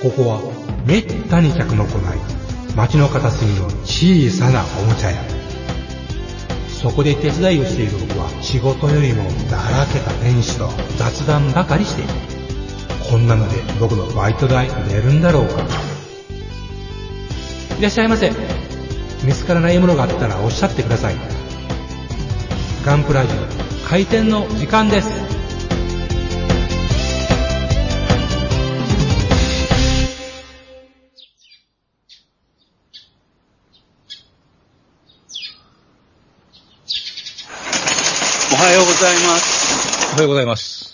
ここはめったに客の来ない街の片隅の小さなおもちゃ屋。そこで手伝いをしている僕は仕事よりもだらけた店主と雑談ばかりしている。こんなので僕のバイト代出るんだろうか。いらっしゃいませ。見つからないものがあったらおっしゃってください。ガンプラジオ開店の時間です。 おはようございます。 おはようございます。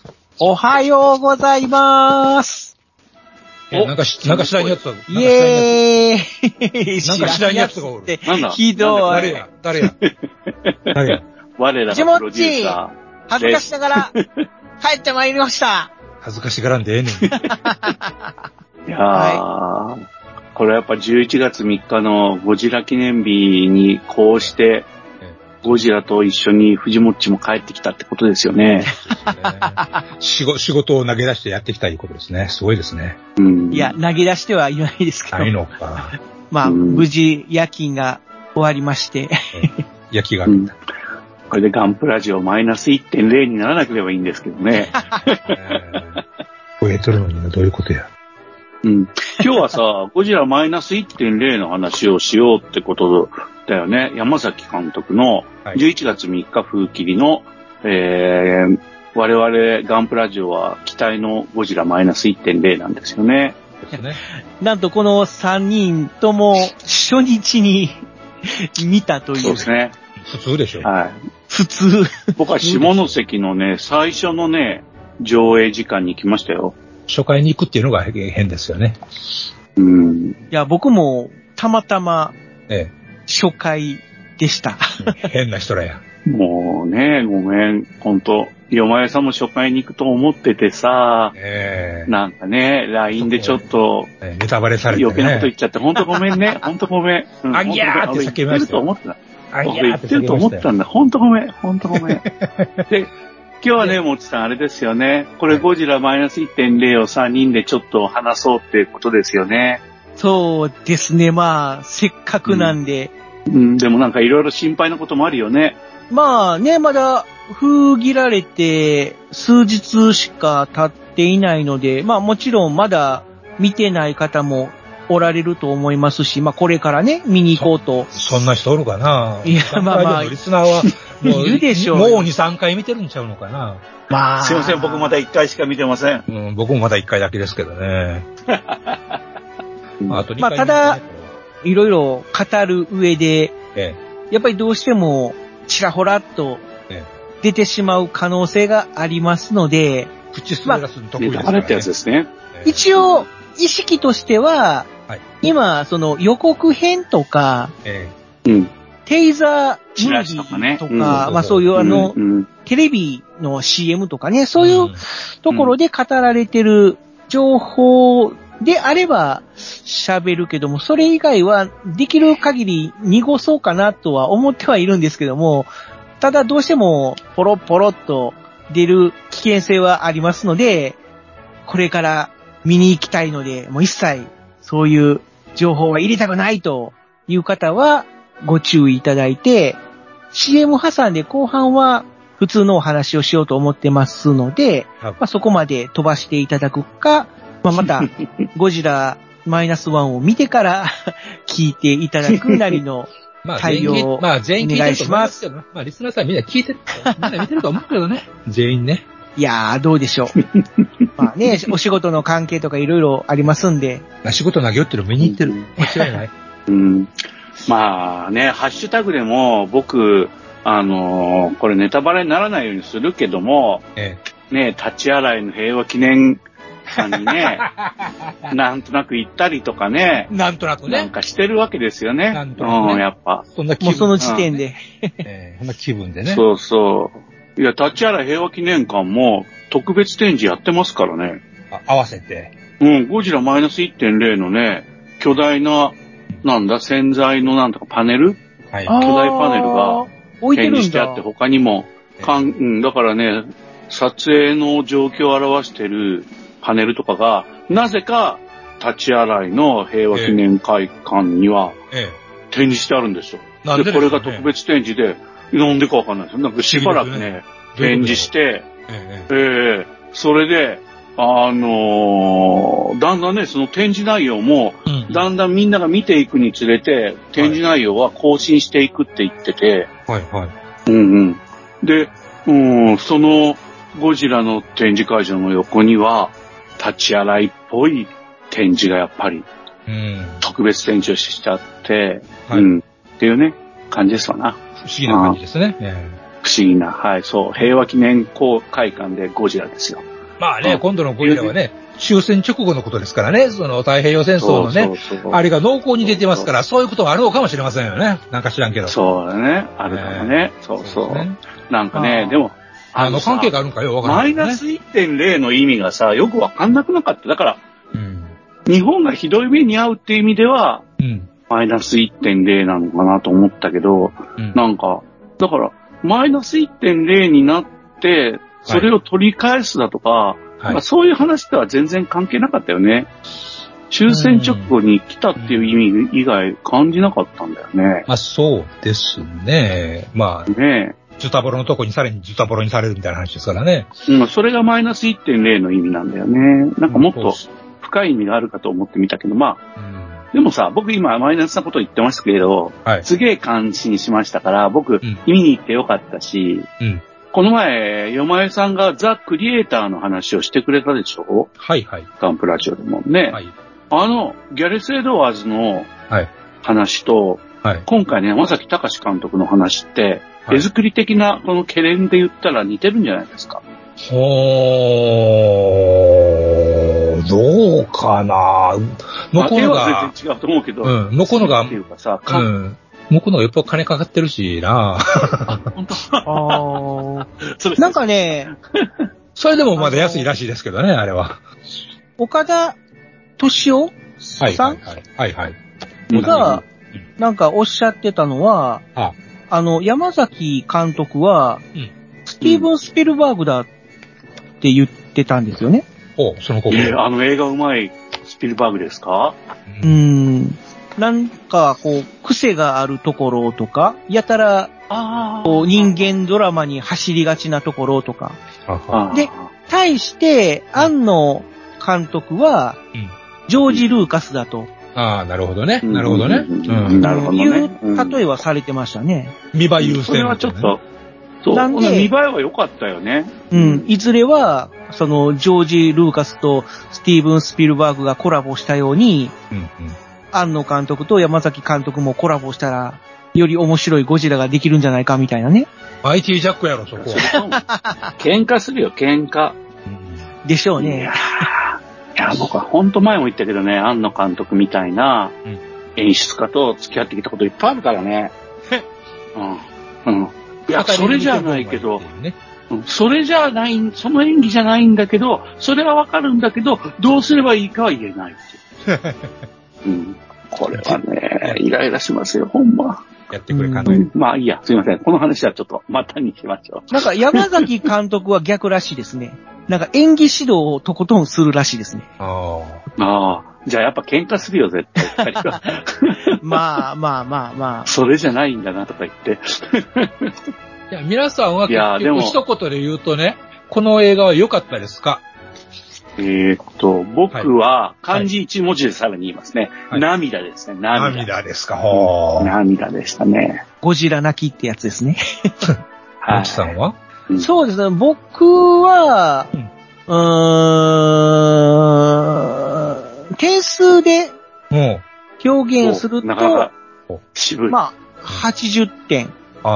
おはようございます。 なんか知らんやつが。 イエーイ。 なんか知らんやつがおる。 なんだひどい。 誰や我らがプロデューサー。 恥ずかしながら帰ってまいりました。 恥ずかしがらんでええねん。 いやー、これやっぱ11月3日のゴジラ記念日にこうして、ゴジラと一緒に藤もっちも帰ってきたってことですよね。 仕事を投げ出してやってきたいうことですね。すごいですね。 いや、投げ出してはいないですけど。 ないのか。 まあ、無事夜勤が終わりまして。 夜勤が明けた。 これでガンプラジオマイナス 1.0 にならなければいいんですけどね。 増えとるのにどういうことや。 今日はさ、ゴジラマイナス 1.0 の話をしようってことだよね。山崎監督の11月3日風切りの、我々ガンプラジオは期待のゴジラマイナス 1.0 なんですよね。 なんとこの3人とも初日に見たという。 そうですね。 普通でしょ。 はい。 普通。 僕は下関のね、最初のね、上映時間に来ましたよ。 初回に行くっていうのが変ですよね。 いや、僕もたまたま初回でした。 変な人らや。 もうね、ごめん、ほんと。よまやさんも初回に行くと思っててさ、なんかね、LINE でちょっと、 ネタバレされてね。 余計なこと言っちゃって、ほんとごめんね、ほんとごめん。 あぎゃーって叫びました。 言ってると思ってた。言ってると思ったんだ。ほんとごめん、ほんとごめん。で、今日はね、もちさんあれですよね。これゴジラマイナス 1.0 を3人でちょっと話そうっていうことですよね。 そうですね、まあ、せっかくなんで。 でもなんかいろいろ心配なこともあるよね。 まあね、まだ封切られて数日しか経っていないので、まあもちろんまだ見てない方もおられると思いますし、まあこれからね、見に行こうと。 そんな人おるかな。 いや、まあまあ。 リスナーはもういるでしょう。 もう2、3回見てるんちゃうのかな。 まあ。 すいません、僕まだ1回しか見てません。 僕もまだ1回だけですけどね。 まあただ、いろいろ語る上で、やっぱりどうしてもちらほらっと出てしまう可能性がありますので、 口滑らすの得意ですからね。 ってやつですね。 一応、意識としては、今、その予告編とか、テイザームービーとか、まあそういうテレビの CM とかね、そういうところで語られてる情報であれば喋るけども、それ以外はできる限り濁そうかなとは思ってはいるんですけども、ただどうしてもポロポロっと出る危険性はありますので、これから見に行きたいので、もう一切そういう情報は入れたくないという方はご注意いただいて、CM 挟んで後半は普通のお話をしようと思ってますので、まあ、そこまで飛ばしていただくか、まあ、またゴジラマイナス1を見てから聞いていただくなりの対応をお願いします。 まあリスナーさんみんな聞いてる、みんな見てると思うけどね。全員ね。 いやー、どうでしょう。まあね、お仕事の関係とかいろいろありますんで。 仕事投げよってるの見に行ってる。間違いない。 まあね、ハッシュタグでも僕、これネタバレにならないようにするけども、ね、立ち洗いの平和記念さんにね、なんとなく行ったりとかね、 なんとなくね。 なんかしてるわけですよね。 なんとなくね。 やっぱ。 そんな気分。 もうその時点で。 そんな気分でね。 そうそう。いや、立ち洗い平和記念館も特別展示やってますからね。 合わせて。 ゴジラマイナス 1.0 のね、巨大な、洗剤のパネル、巨大パネルが展示してあって、他にも、だからね、撮影の状況を表しているパネルとかが、なぜか立ち洗いの平和記念会館には、展示してあるんですよ。で、これが特別展示で、なんでかわかんないですよ。なんかしばらくね、展示して、それで、だんだんね、その展示内容も、だんだんみんなが見ていくにつれて、展示内容は更新していくって言ってて、で、そのゴジラの展示会場の横には、立ち洗いっぽい展示がやっぱり、特別展示をしちゃって、っていうね、感じですわな。 不思議な感じですね。 不思議な、そう、平和記念会館でゴジラですよ。 まあね、今度のゴジラはね、終戦直後のことですからね、その太平洋戦争のね、あれが濃厚に出てますから、そういうことがあるのかもしれませんよね。なんか知らんけど。 そうだね、あるかもね。そう。なんかね、でも、 関係があるのかよ、わからない、 マイナス 1.0 の意味がさ、よくわかんなくなかった。だから、日本がひどい目に遭うっていう意味では、マイナス 1.0 なのかなと思ったけど、なんか、だから、マイナス 1.0 になって、それを取り返すだとか、そういう話では全然関係なかったよね。終戦直後に来たっていう意味以外感じなかったんだよね。 まあそうですね。まあね。ズタボロのとこにさらにズタボロにされるみたいな話ですからね。 それがマイナス 1.0 の意味なんだよね。なんかもっと深い意味があるかと思ってみたけど、まあ、でもさ、僕今マイナスなこと言ってましたけれど、すげえ感心しましたから、僕、見に行ってよかったし、この前、よまえさんがザ・クリエイターの話をしてくれたでしょ？ガンプラジオでもね。ギャレス・エドワーズの話と、今回ね、山崎隆監督の話って、手作り的なこの懸念で言ったら似てるんじゃないですか。 どうかな。 向こうのが全然違うと思うけど、 向こうのが、 っていうかさ、 向こうのがやっぱ金かかってるしな。 本当。 なんかね、 それでもまだ安いらしいですけどね、あれは。 岡田敏夫さんが、なんかおっしゃってたのは、山崎監督は、スティーブン・スピルバーグだって言ってたんですよね。 その子映画うまいスピルバーグですか？ なんか、癖があるところとか、やたら、人間ドラマに走りがちなところとか。で、対して、庵野監督は、ジョージ・ルーカスだと。 なるほどね。なるほどね。 なるほどね。 いう例えはされてましたね。 見栄え優先。 それはちょっと、そう。なんで、見栄えは良かったよね。 いずれは、その、ジョージ・ルーカスとスティーブン・スピルバーグがコラボしたように、庵野監督と山崎監督もコラボしたら、より面白いゴジラができるんじゃないかみたいなね。 IT ジャックやろ、そこは。喧嘩するよ、喧嘩。 でしょうね。 いや、僕は本当前も言ったけどね、庵野監督みたいな演出家と付き合ってきたこといっぱいあるからね。いや、それじゃないけど、それじゃない、その演技じゃないんだけど、それはわかるんだけど、どうすればいいかは言えないっていう。これはね、イライラしますよ、ほんま。 やってくれ、考える。 まあいいや、すいません。この話はちょっと、またにしましょう。 なんか山崎監督は逆らしいですね。なんか演技指導をとことんするらしいですね。 じゃあやっぱ喧嘩するよ、絶対。 まあ。 それじゃないんだなとか言って。 いや、皆さんは結局一言で言うとね、この映画は良かったですか？ 僕は漢字一文字でさらに言いますね。涙ですね、 涙ですか。 涙でしたね。 ゴジラ泣きってやつですね。 もちさんは？ そうですね、僕は、点数で表現すると、 なかなか渋い。 まあ、80点。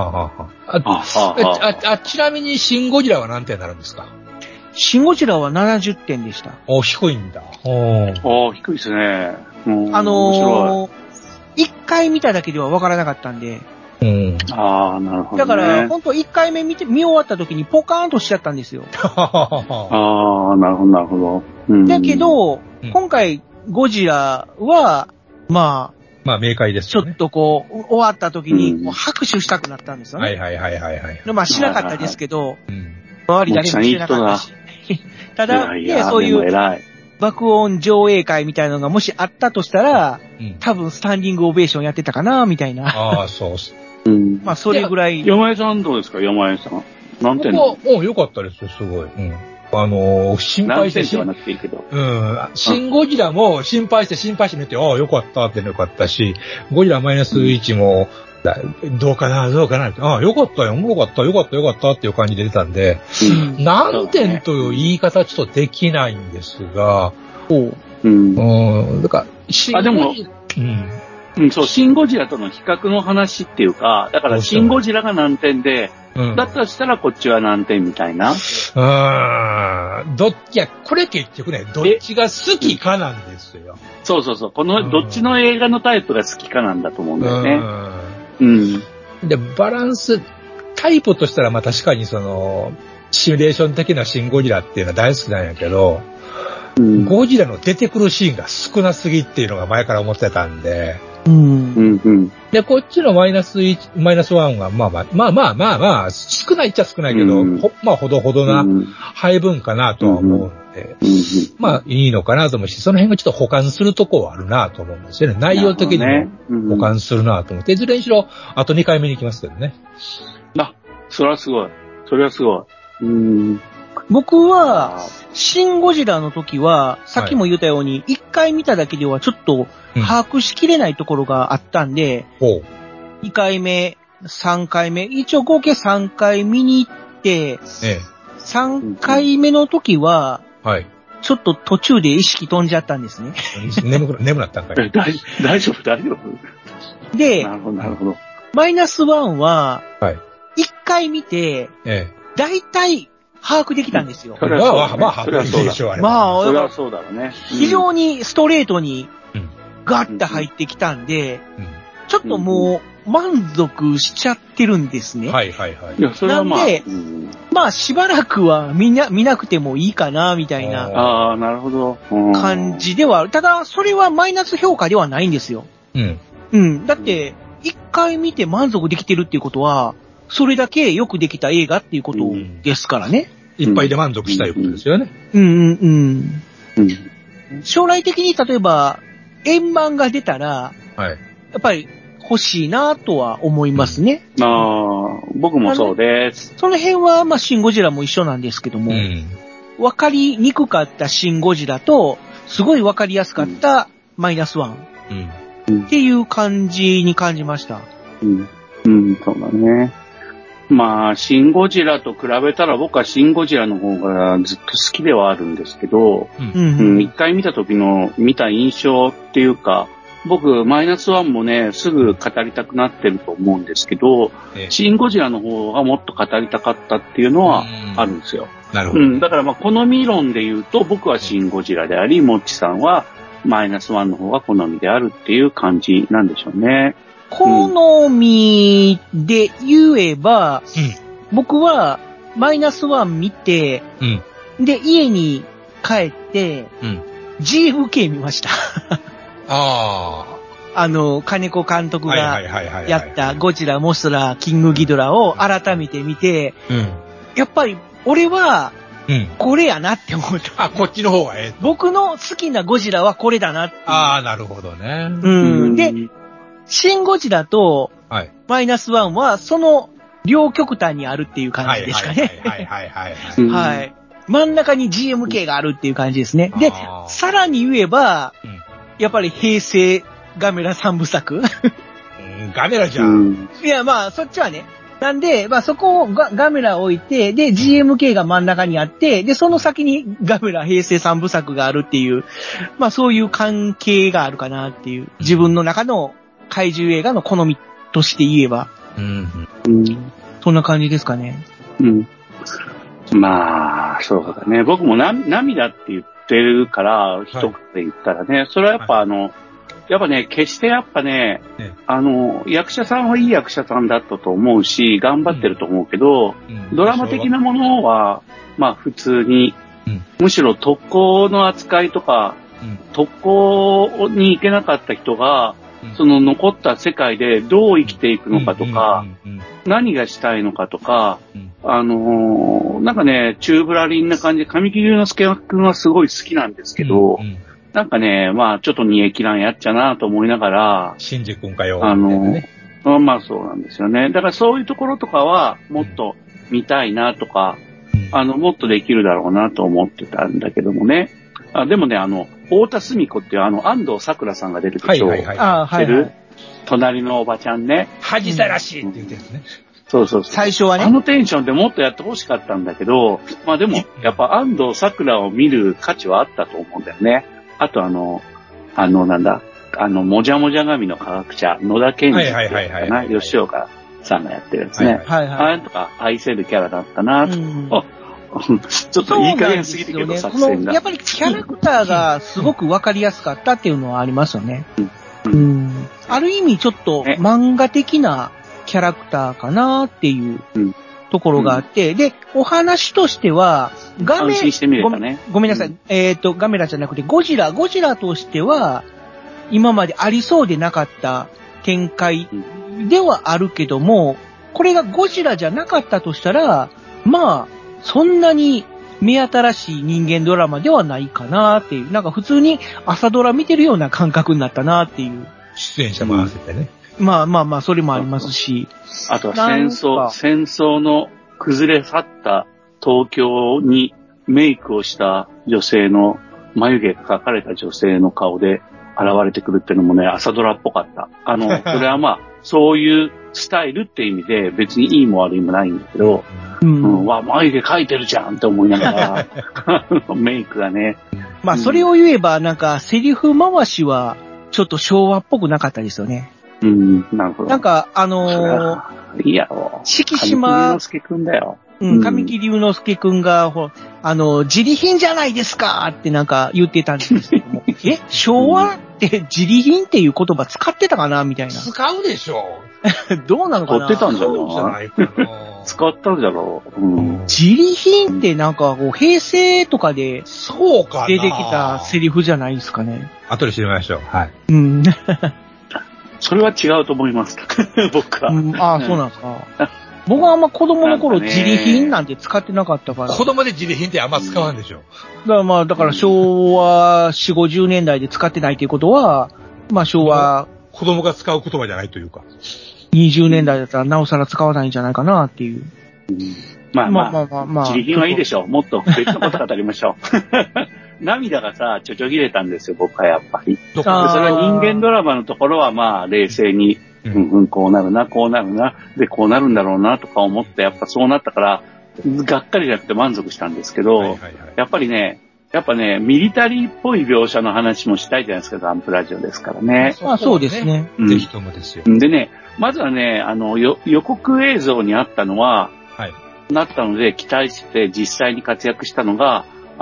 ちなみにシン・ゴジラは何点になるんですか？ シン・ゴジラは70点でした。 低いんだ。 低いですね。 1回見ただけでは分からなかったんで。 なるほど、ね。 だから、本当1回目見終わった時にポカーンとしちゃったんですよ。 なるほど。 だけど、今回、ゴジラは、まあ、明快ですね。ちょっと終わった時に、拍手したくなったんですよね。まあ、しなかったですけど、周り誰もしてなかったし。ただ、そういう、 爆音上映会みたいなのがもしあったとしたら、多分スタンディングオベーションやってたかな、みたいな。 ああ、そうっす。 まあ、それぐらい。 山江さんどうですか、山江さん。何点の？良かったですよ、すごい。心配して、 シンゴジラも心配して見て、良かったって良かったし、ゴジラマイナス1も、どうかな、良かったよ、おもろかったっていう感じで出たんで、何点という言い方ちょっとできないんですが、だから、 そう、シン・ゴジラとの比較の話っていうか、だからシン・ゴジラが何点で、だったとしたらこっちは何点みたいな。 これ結局ね、どっちが好きかなんですよ。 そう。この、どっちの映画のタイプが好きかなんだと思うんだよね。 で、バランス、タイプとしたらまあ確かにシミュレーション的なシン・ゴジラっていうのは大好きなんやけど、ゴジラの出てくるシーンが少なすぎっていうのが前から思ってたんで、で、こっちのマイナス1はまあ、少ないっちゃ少ないけど、ほどほどな配分かなとは思うんで、まあ、いいのかなと思うし、その辺がちょっと補完するとこはあるなと思うんですよね。内容的にも補完するなと思って、いずれにしろ、あと2回目に行きますけどね。 それはすごい。 僕は、シン・ゴジラの時は、さっきも言ったように、1回見ただけではちょっと把握しきれないところがあったんで、2回目、3回目、一応合計3回見に行って、3回目の時は、ちょっと途中で意識飛んじゃったんですね。 眠くなったんかい。 大丈夫。 で、 なるほど。 マイナス1は、1回見て、大体、把握できたんですよ。 まあ、把握できるでしょう、あれ。 まあ、それはそうだろうね。 非常にストレートに、ガッと入ってきたんで、ちょっともう、満足しちゃってるんですね。なんで、まあ、しばらくは見なくてもいいかな、みたいな。 なるほど。 感じではある。ただ、それはマイナス評価ではないんですよ。だって、一回見て満足できてるっていうことは、それだけよくできた映画っていうことですからね。 いっぱいで満足したいことですよね。 将来的に例えば、円満が出たら、やっぱり欲しいなとは思いますね。 僕もそうです。 その辺は、まあ、シン・ゴジラも一緒なんですけども、わかりにくかったシン・ゴジラと、すごいわかりやすかったマイナス1っていう感じに感じました。 そうだね。まあ、シン・ゴジラと比べたら僕はシン・ゴジラの方がずっと好きではあるんですけど、一回見た時の見た印象っていうか、僕、マイナス1もね、すぐ語りたくなってると思うんですけど、シン・ゴジラの方がもっと語りたかったっていうのはあるんですよ。 なるほど。 だからまあ、好み論で言うと、僕はシン・ゴジラであり、モッチさんはマイナス1の方が好みであるっていう感じなんでしょうね。 好みで言えば、僕はマイナス1見て、で、家に帰って、GFK 見ました。金子監督がやったゴジラ、モスラ、キングギドラを改めて見て、やっぱり俺は、これやなって思った。 こっちの方が僕の好きなゴジラはこれだなって。 なるほどね。 で、シン・ゴジラと、マイナス1は、その、両極端にあるっていう感じですかね。真ん中に GMK があるっていう感じですね。で、さらに言えば、やっぱり平成ガメラ3部作。 ガメラじゃん。 いや、まあ、そっちはね。なんで、まあそこをガメラ置いて、で、GMK が真ん中にあって、で、その先にガメラ平成3部作があるっていう、まあそういう関係があるかなっていう、自分の中の怪獣映画の好みとして言えば。そんな感じですかね。 まあ、そうだね。僕も涙って言ってるから、一言で言ったらね、それはやっぱやっぱね、決してやっぱね、役者さんはいい役者さんだったと思うし、頑張ってると思うけど、ドラマ的なものは、まあ普通に、むしろ特攻の扱いとか、特攻に行けなかった人が、その残った世界でどう生きていくのかとか、何がしたいのかとか、 なんかね、宙ぶらりんな感じで、神木隆之介君はすごい好きなんですけど、なんかね、まあ、ちょっと煮え切らんやっちゃなと思いながら、 新次君かよ、 まあそうなんですよね。だからそういうところとかは、もっと見たいなとか、もっとできるだろうなと思ってたんだけどもね。でもね、太田澄子っていう安藤サクラさんが出るでしょ。隣のおばちゃんね。 恥さらしいって言ってやつね。 そうそうそう。 最初はね。 テンションでもっとやってほしかったんだけど、まあでも、やっぱ安藤サクラを見る価値はあったと思うんだよね。あとなんだ、もじゃもじゃ神の科学者、野田健二かな、吉岡さんがやってるやつね。あれとか愛せるキャラだったなと。ちょっといい加減すぎるけど、作戦が。 やっぱりキャラクターがすごくわかりやすかったっていうのはありますよね。ある意味ちょっと漫画的なキャラクターかなっていうところがあって、で、お話としては、ごめんなさい、ガメラじゃなくてゴジラとしては、今までありそうでなかった展開ではあるけども、これがゴジラじゃなかったとしたら、まあ、そんなに目新しい人間ドラマではないかなっていう、なんか普通に朝ドラ見てるような感覚になったなっていう。 出演者も合わせてね。 まあ、それもありますし。 あとは戦争の崩れ去った東京にメイクをした女性の、眉毛が描かれた女性の顔で現れてくるっていうのもね、朝ドラっぽかった。それはまあ、そういうスタイルって意味で別にいいも悪いもないんだけど、眉毛描いてるじゃんって思いながら、メイクがね。 まあ、それを言えば、なんか、セリフ回しは、ちょっと昭和っぽくなかったですよね。 なるほど。 なんか、 いや、 敷島、 神木隆之介くんだよ。 神木隆之介くんが、自利品じゃないですかってなんか言ってたんですけども、昭和って自利品っていう言葉使ってたかなみたいな。 使うでしょどうなのかな。 使ってたんじゃないかな。使ったんじゃろう。 自利品ってなんか平成とかで出てきたセリフじゃないですかね。 後で知りましょう。はい。 それは違うと思います。僕は。 そうなんですか。僕はあんま子供の頃自利品なんて使ってなかったから。 子供で自利品ってあんま使わんでしょ。 だから昭和4、50年代で使ってないということは、まあ昭和。 子供が使う言葉じゃないというか。 20年代だったらなおさら使わないんじゃないかなっていう。 まあ。自利品はいいでしょう。もっと別のこと語りましょう。涙がさ、ちょ切れたんですよ、僕はやっぱり。それは人間ドラマのところはまあ冷静に、こうなるな、こうなるな、で、こうなるんだろうなとか思って、やっぱそうなったから、がっかりじゃなくて満足したんですけど、やっぱね、ミリタリーっぽい描写の話もしたいじゃないですか、ガンプラジオですからね。 そうですね。 ぜひともですよ。 でね、まずはね、予告映像にあったのは、なったので期待して実際に活躍したのが、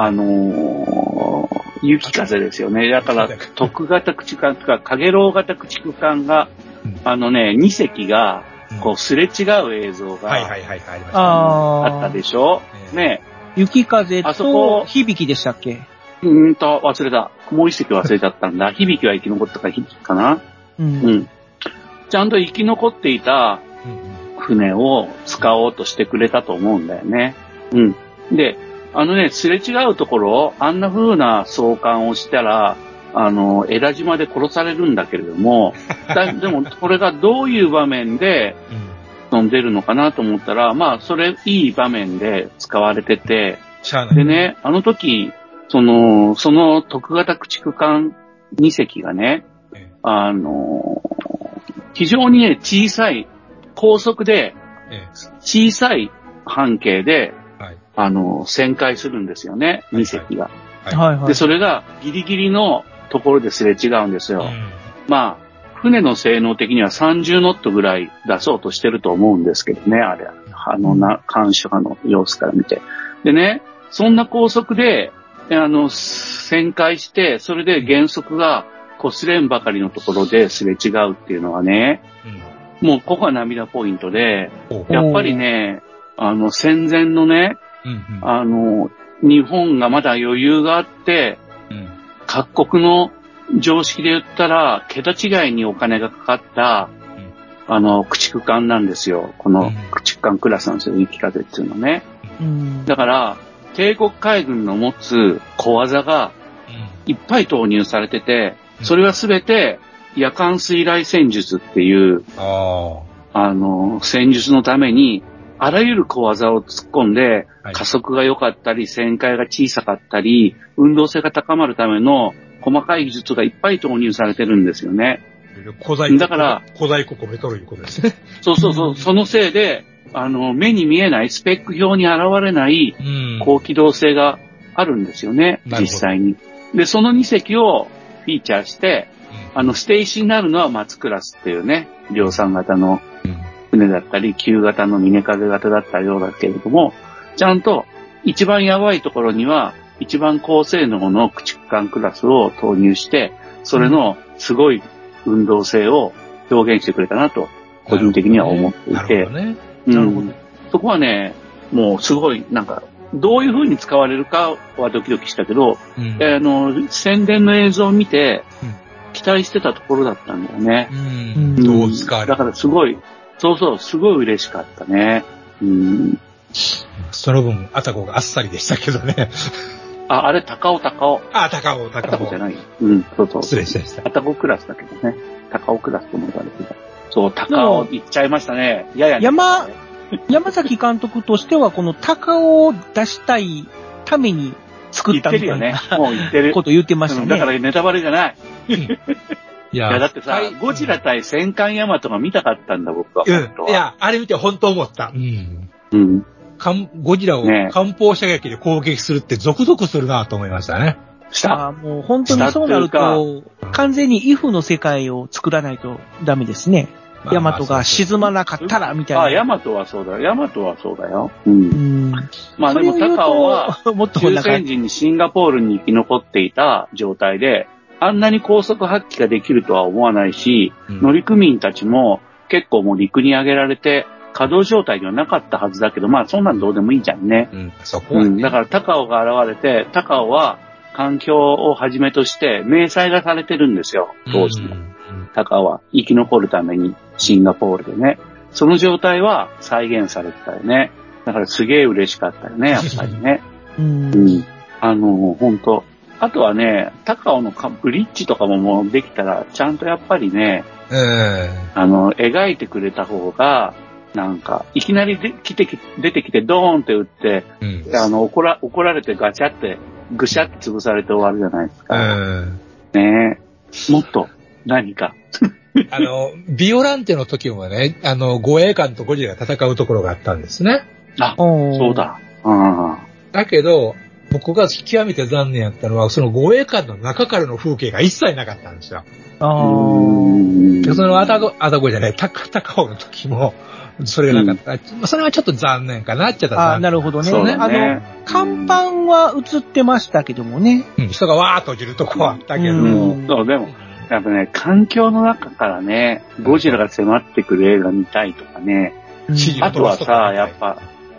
雪風ですよね。だから、特型駆逐艦とか、かげろう型駆逐艦が、2隻が、こう、すれ違う映像が、あったでしょ。ね。 雪風と、響きでしたっけ？ 忘れた。もう一隻忘れちゃったんだ。響きは生き残ったから響きかな。ちゃんと生き残っていた船を使おうとしてくれたと思うんだよね。で、すれ違うところ、あんな風な相関をしたら、江田島で殺されるんだけれども、でも、これがどういう場面で、出るのかなと思ったら、まあ、それ、いい場面で使われてて、でね、あの時、その特型駆逐艦2隻がね、非常にね、小さい、高速で、小さい半径で、旋回するんですよね、2隻が。で、それがギリギリのところですれ違うんですよ。まあ、船の性能的には30ノットぐらい出そうとしてると思うんですけどね、あれ、監視派の様子から見て。でね、そんな高速で、旋回して、それで減速が擦れんばかりのところですれ違うっていうのはね、もうここが涙ポイントで、やっぱりね、戦前のね、日本がまだ余裕があって、各国の常識で言ったら、桁違いにお金がかかった、 駆逐艦なんですよ。この駆逐艦クラスなんですよ、雪風っていうのね。だから、帝国海軍の持つ小技がいっぱい投入されてて、それはすべて夜間水雷戦術っていう、戦術のために、あらゆる小技を突っ込んで、加速が良かったり、旋回が小さかったり、運動性が高まるための細かい技術がいっぱい投入されてるんですよね。だから、 古代国メトロいうことですね。 そうそうそう、そのせいで、目に見えない、スペック表に現れない高機動性があるんですよね、実際に。で、その2隻をフィーチャーして、ステイシーになるのは松クラスっていうね、量産型の船だったり、旧型の峰風型だったようだけれども、ちゃんと一番やばいところには、一番高性能の駆逐艦クラスを投入して、それのすごい運動性を表現してくれたなと、個人的には思っていて、そこはね、もうすごい、なんか、どういう風に使われるかはドキドキしたけど、宣伝の映像を見て、期待してたところだったんだよね。 どう使われるだからすごい、すごい嬉しかったね。 その分、アタコがあっさりでしたけどね。 あれ、高尾。 高尾アタコじゃないよ。そう。 失礼しました。 アタコクラスだけどね。高尾クラスとも言われてた。そう、高尾行っちゃいましたね。 山崎監督としては、この高尾を出したいために作ったみたいな言ってるよね。もう言ってる。 こと言ってましたね。 だからネタバレじゃない。いや、だってさ、ゴジラ対戦艦ヤマトが見たかったんだ、僕は。 いや、あれ見て本当思った。ゴジラを艦砲射撃で攻撃するってゾクゾクするなと思いましたね。 もう本当にそうなると、完全にイフの世界を作らないとダメですね。ヤマトが沈まなかったら、みたいな。 ヤマトはそうだよ。まあでも高尾は、中戦時にシンガポールに生き残っていた状態で、あんなに高速発揮ができるとは思わないし、乗組員たちも結構もう陸に上げられて、稼働状態にはなかったはずだけど、まあそんなんどうでもいいじゃんね。 そこはね。 だから高尾が現れて、高尾は環境をはじめとして明細がされてるんですよ、当時の。高尾は生き残るためにシンガポールでね。その状態は再現されてたよね。だからすげえ嬉しかったよね、やっぱりね。ほんと。あとはね、高尾のブリッジとかももうできたら、ちゃんとやっぱりね、描いてくれた方が、なんか、いきなり出てきてドーンって撃って、怒られてガチャって、ぐしゃって潰されて終わるじゃないですか。ねえ。もっと、何か。 ビオランテの時もね、護衛艦とゴジラが戦うところがあったんですね。 そうだ。 だけど、僕が極めて残念やったのは、その護衛艦の中からの風景が一切なかったんですよ。そのアタゴじゃない、高尾の時も、それがなかった。それはちょっと残念かなっちゃった。 なるほどね。看板は映ってましたけどもね。 人がわーっと落ちるとこはあったけど。 そう、でも、やっぱね、環境の中からね、ゴジラが迫ってくる映画見たいとかね。あとはさ、やっぱ、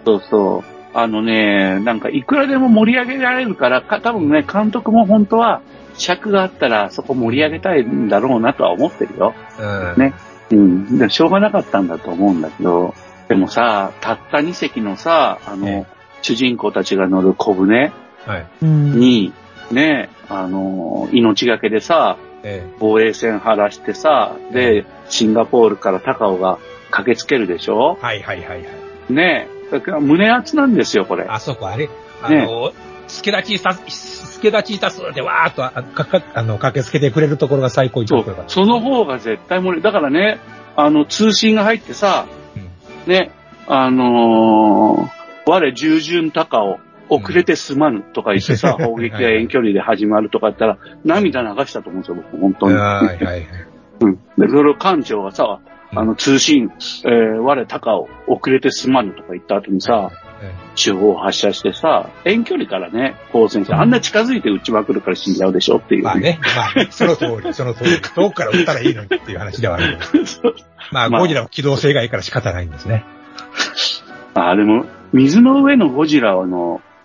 なんかいくらでも盛り上げられるから、多分ね、監督も本当は尺があったらそこ盛り上げたいんだろうなとは思ってるよ。ね。でしょうがなかったんだと思うんだけど、でもさ、たった2隻のさ、主人公たちが乗る小舟に、ね、命がけでさ、防衛線張らしてさ、で、シンガポールから高尾が駆けつけるでしょ？ねだから胸熱なんですよ、これ。 あそこあれ、助立ちいたすでわーっと駆けつけてくれるところが最高一番良かった。 その方が絶対だからね、通信が入ってさ、ね、我従順高尾、遅れてすまぬとか言ってさ、砲撃が遠距離で始まるとか言ったら、涙流したと思うんですよ、僕、本当に。で、それを艦長がさ、通信、我高尾、遅れてすまぬとか言った後にさ、手法を発射してさ、遠距離からね、光線して、あんな近づいて撃ちまくるから死んじゃうでしょっていう、ね。 その通り。遠くから撃ったらいいのにっていう話ではあるけど。ゴジラは機動性がいいから仕方ないんですね。 でも、水の上のゴジラの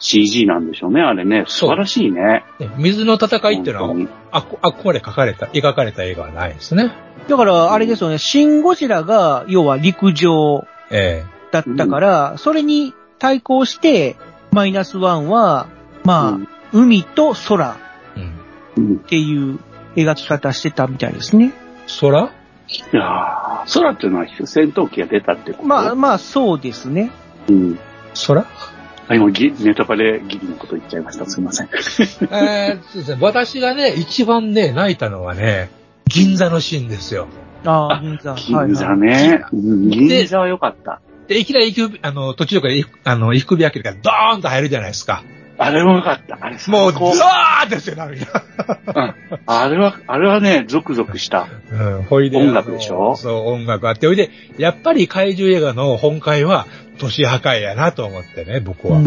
CG なんでしょうね、あれね。素晴らしいね。 水の戦いっていうのは、あこまで描かれた映画はないですね。 だから、あれですよね、シン・ゴジラが、要は陸上だったから、それに対抗して、マイナスワンは、まあ、海と空っていう描き方してたみたいですね。 空？ いやー、空っていうのは戦闘機が出たってこと？ まあ、そうですね。 空？ 今、ネタバレギリのこと言っちゃいました。すいません。 そうですね。私がね、一番ね、泣いたのはね、銀座のシーンですよ。 ああ、銀座。 銀座ね。銀座は良かった。 で、いきなり途中から伊福部明がドーンと入るじゃないですか。 あれも良かった。あれもう、ザーですよ、涙。 あれはね、ゾクゾクした。 ほいで。 音楽でしょ？ そう、音楽あって。ほいで、やっぱり怪獣映画の本会は、都市破壊やなと思ってね、僕は。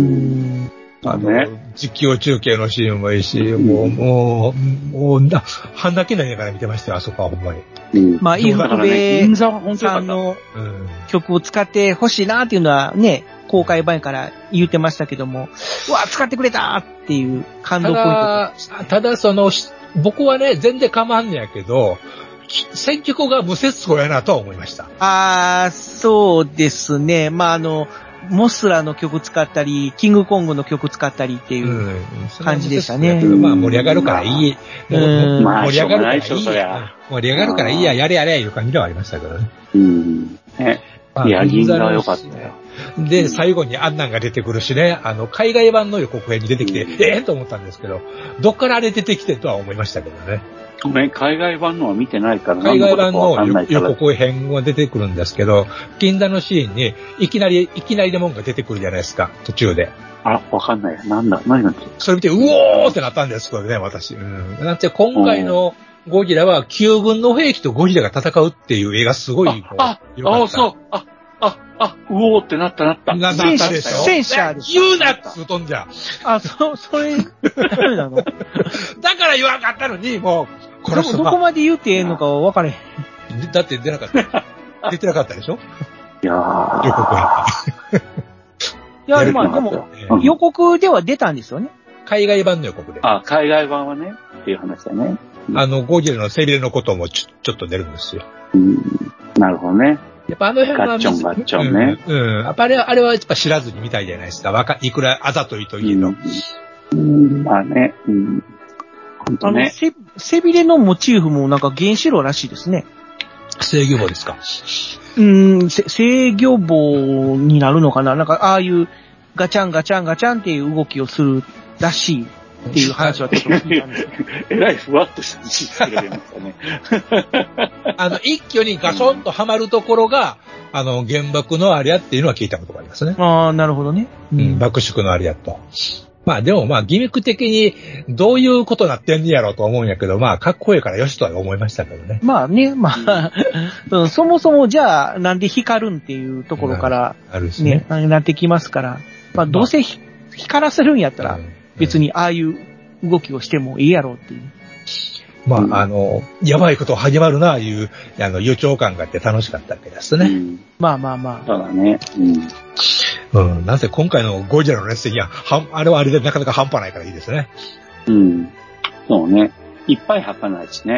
実況中継のシーンもいいし、もう、半泣きなりながら見てましたよ、あそこはほんまに。 まあ、伊福部さんの曲を使ってほしいなっていうのはね、公開前から言ってましたけども、うわ、使ってくれたっていう感動ポイント。 ただ僕はね、全然構わんねやけど、選曲が無節操やなとは思いました。 そうですね。まあ、モスラの曲使ったり、キングコングの曲使ったりっていう感じでしたね。 まあ、盛り上がるからいい。 盛り上がるからいい。 盛り上がるからいいや、やれいう感じではありましたけどね。 いや、銀座は良かったよ。 で、最後にアンナンが出てくるしね、海外版の予告編に出てきて、と思ったんですけど、どっからあれ出てきてとは思いましたけどね。 ごめん、海外版のは見てないから海外版の予告編が出てくるんですけど、銀座のシーンにいきなりでもんが出てくるじゃないですか、途中で。 わかんない。何がそれ見て、うおーってなったんです、これね、私。なんて、今回のゴジラは、旧軍の兵器とゴジラが戦うっていう映画すごい。 そう。うおーってなった。 なったでしょ？ 戦車です。 言うなっつうとんじゃ。 それ、誰なの？ だから言わなかったのに、もう、 この人どこまで言ってええのか分かれへん。だって出なかった。出てなかったでしょ？ いやー。 予告編。 いや、まあでも、予告では出たんですよね。 海外版の予告で。 海外版はね、っていう話だね。 ゴジラの背びれのこともちょっと出るんですよ。 なるほどね。 やっぱ辺はガッチョンね。 やっぱあれはやっぱ知らずに見たいじゃないですか。いくらあざといといえど。 まあね。本当ね。 背びれのモチーフもなんか原子炉らしいですね。 制御棒ですか？ 制御棒になるのかな？なんかああいうガチャンガチャンガチャンっていう動きをするらしい。っていう話はちょっと聞いたんですけど。 えらいふわっとした話してくれましたね。 一挙にガソンとはまるところが、原爆のあれやっていうのは聞いたことがありますね。 なるほどね。 爆縮のあれやと。まあでもギミック的にどういうことなってんねやろうと思うんやけど、かっこいいからよしとは思いましたけどね。 まあね、そもそもじゃあなんで光るんっていうところから、ね、なってきますから、どうせ光らせるんやったら、別にああいう動きをしてもいいやろうっていう。 やばいこと始まるな、いう予兆感があって楽しかったわけですね。 まあ。 そうだね。 なぜ今回のゴジラのレッスンには、あれはあれでなかなか半端ないからいいですね。 そうね。いっぱい儚いしね。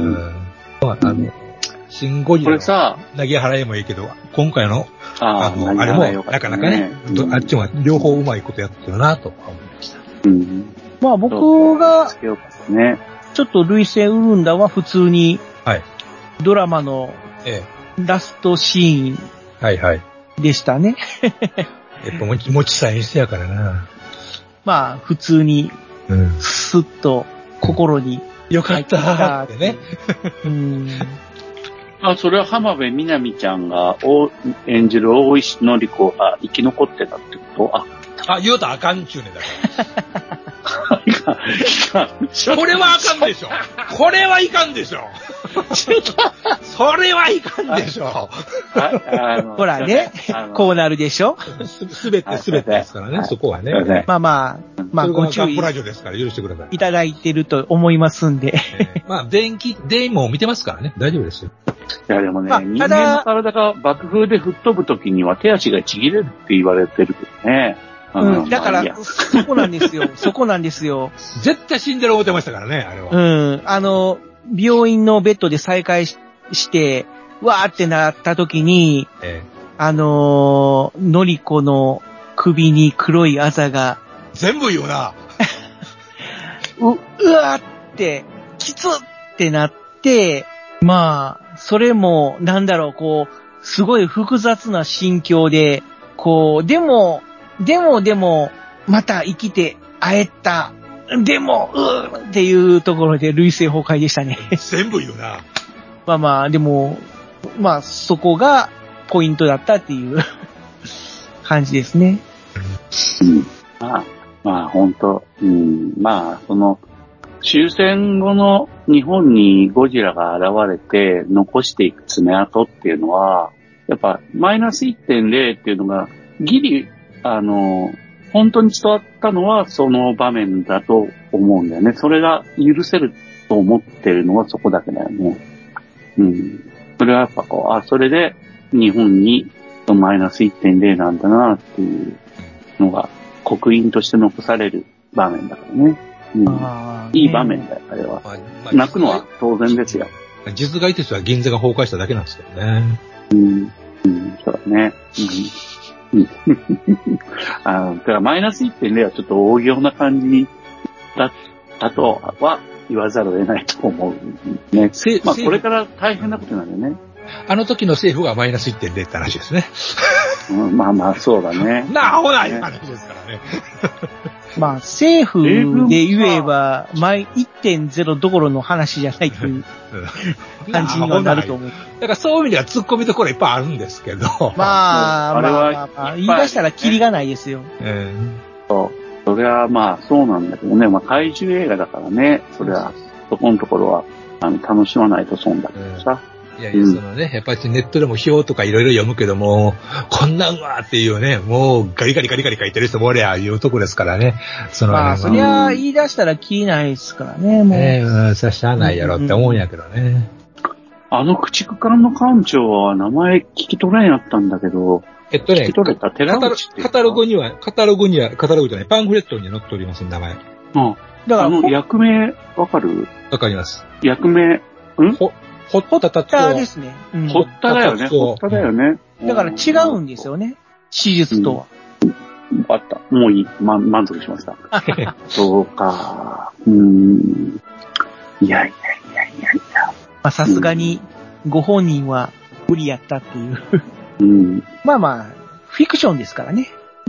シンゴジラの投げ払いもいいけど、今回の、あれもなかなかね、あっちも両方うまいことやってるなと思いました。 僕が、ちょっと類線ウルンダは普通に、ドラマのラストシーンでしたね。 やっぱもちさんしてやからな。 普通に、スッと心に。 よかったってね。 それは浜辺美波ちゃんが演じる大石典子が生き残ってたってこと言うたらあかんちゅうねんだから。 これはあかんでしょ。これはいかんでしょ。それはいかんでしょ。 ほらね、こうなるでしょ。 すべてですからね、そこはね。 ご注意ですから許してください。 いただいてると思いますんで。 電も見てますからね、大丈夫ですよ。 いやでもね、人間の体が爆風で吹っ飛ぶときには手足がちぎれるって言われてるけどね。 うん、だから、そこなんですよ。そこなんですよ。 絶対死んでる思ってましたからね、あれは。 うん。病院のベッドで再会して、わーってなった時に、のりこの首に黒いあざが。 全部言うな。 うわーって、きつってなって、まあ、それも、なんだろう、こう、すごい複雑な心境で、こう、でも、また生きて会えた。でも、っていうところで類性崩壊でしたね。 全部言うな。 まあまあ、でも、まあ、そこがポイントだったっていう感じですね。 まあ、本当、まあ、その、終戦後の日本にゴジラが現れて残していく爪痕っていうのは、やっぱマイナス 1.0 っていうのがギリ、本当に伝わったのはその場面だと思うんだよね。それが許せると思ってるのはそこだけだよね。それはやっぱこう、それで日本にマイナス 1.0 なんだなっていうのが刻印として残される場面だからね。いい場面だよ、あれは。泣くのは当然ですよ。 実害としては銀座が崩壊しただけなんですけどね。 そうだね。だからマイナス 1.0 はちょっと大行な感じだったとは言わざるを得ないと思うね。まあこれから大変なことなんだよね。 あの時の政府がマイナス 1.0 って話ですね。 まあまあそうだね。 アホな話ですからね。 まあ政府で言えば、1.0 どころの話じゃないという感じにはなると思う。 だからそういう意味では突っ込みどころいっぱいあるんですけど。 まあ、言い出したらキリがないですよ。 それはまあそうなんだけどね。まあ怪獣映画だからね。それは、そこのところは、楽しまないと損だけどさ。 いや、そのね、やっぱりネットでも表とかいろいろ読むけども、こんなんわーっていうね、もうガリガリ書いてる人もおりゃいうとこですからね。 まあ、そりゃ言い出したらキリないですからね、 もう。そりゃしゃあないやろって思うんやけどね。 駆逐艦の艦長は名前聞き取れんやったんだけど、聞き取れた寺内ってカタログじゃない、パンフレットに載っております、名前。 だから役名、わかる？ わかります。 役名、 堀田ですね。 堀田だよね。堀田だよね。 だから違うんですよね。史実とは。 あった。もういい。満足しました。そうか。いや。 まあさすがにご本人は無理やったっていう。まあ、フィクションですからね。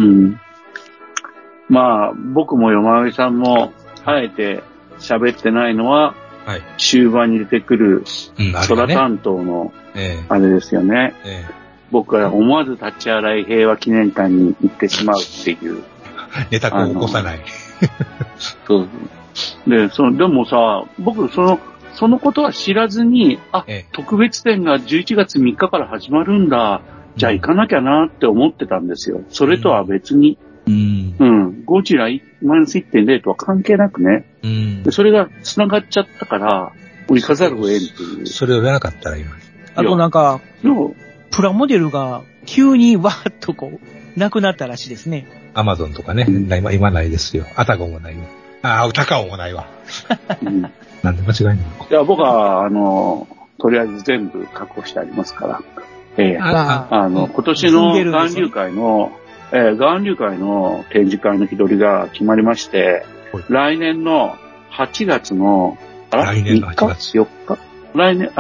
まあ、僕も山上さんも、あえて喋ってないのは、終盤に出てくる空担当のあれですよね。僕は思わず立ち洗い平和記念館に行ってしまうっていう。 ネタを起こさない。 そう。でもさ、僕そのことは知らずに、特別展が11月3日から始まるんだ。じゃあ行かなきゃなって思ってたんですよ。それとは別に。ゴジラマイナス 1.0 とは関係なくね。それが繋がっちゃったから、行かざるを得んっていう。 それを言わなかったら今。 あとなんか、プラモデルが急にわーっとなくなったらしいですね。 アマゾンとかね。今ないですよ。アタゴもないわ。タカオもないわ。なんで間違いないの？ いや、僕は、とりあえず全部確保してありますから。今年の岩流会の、岩流会の展示会の日取りが決まりまして、来年の8月の、 来年の8月。 4日来年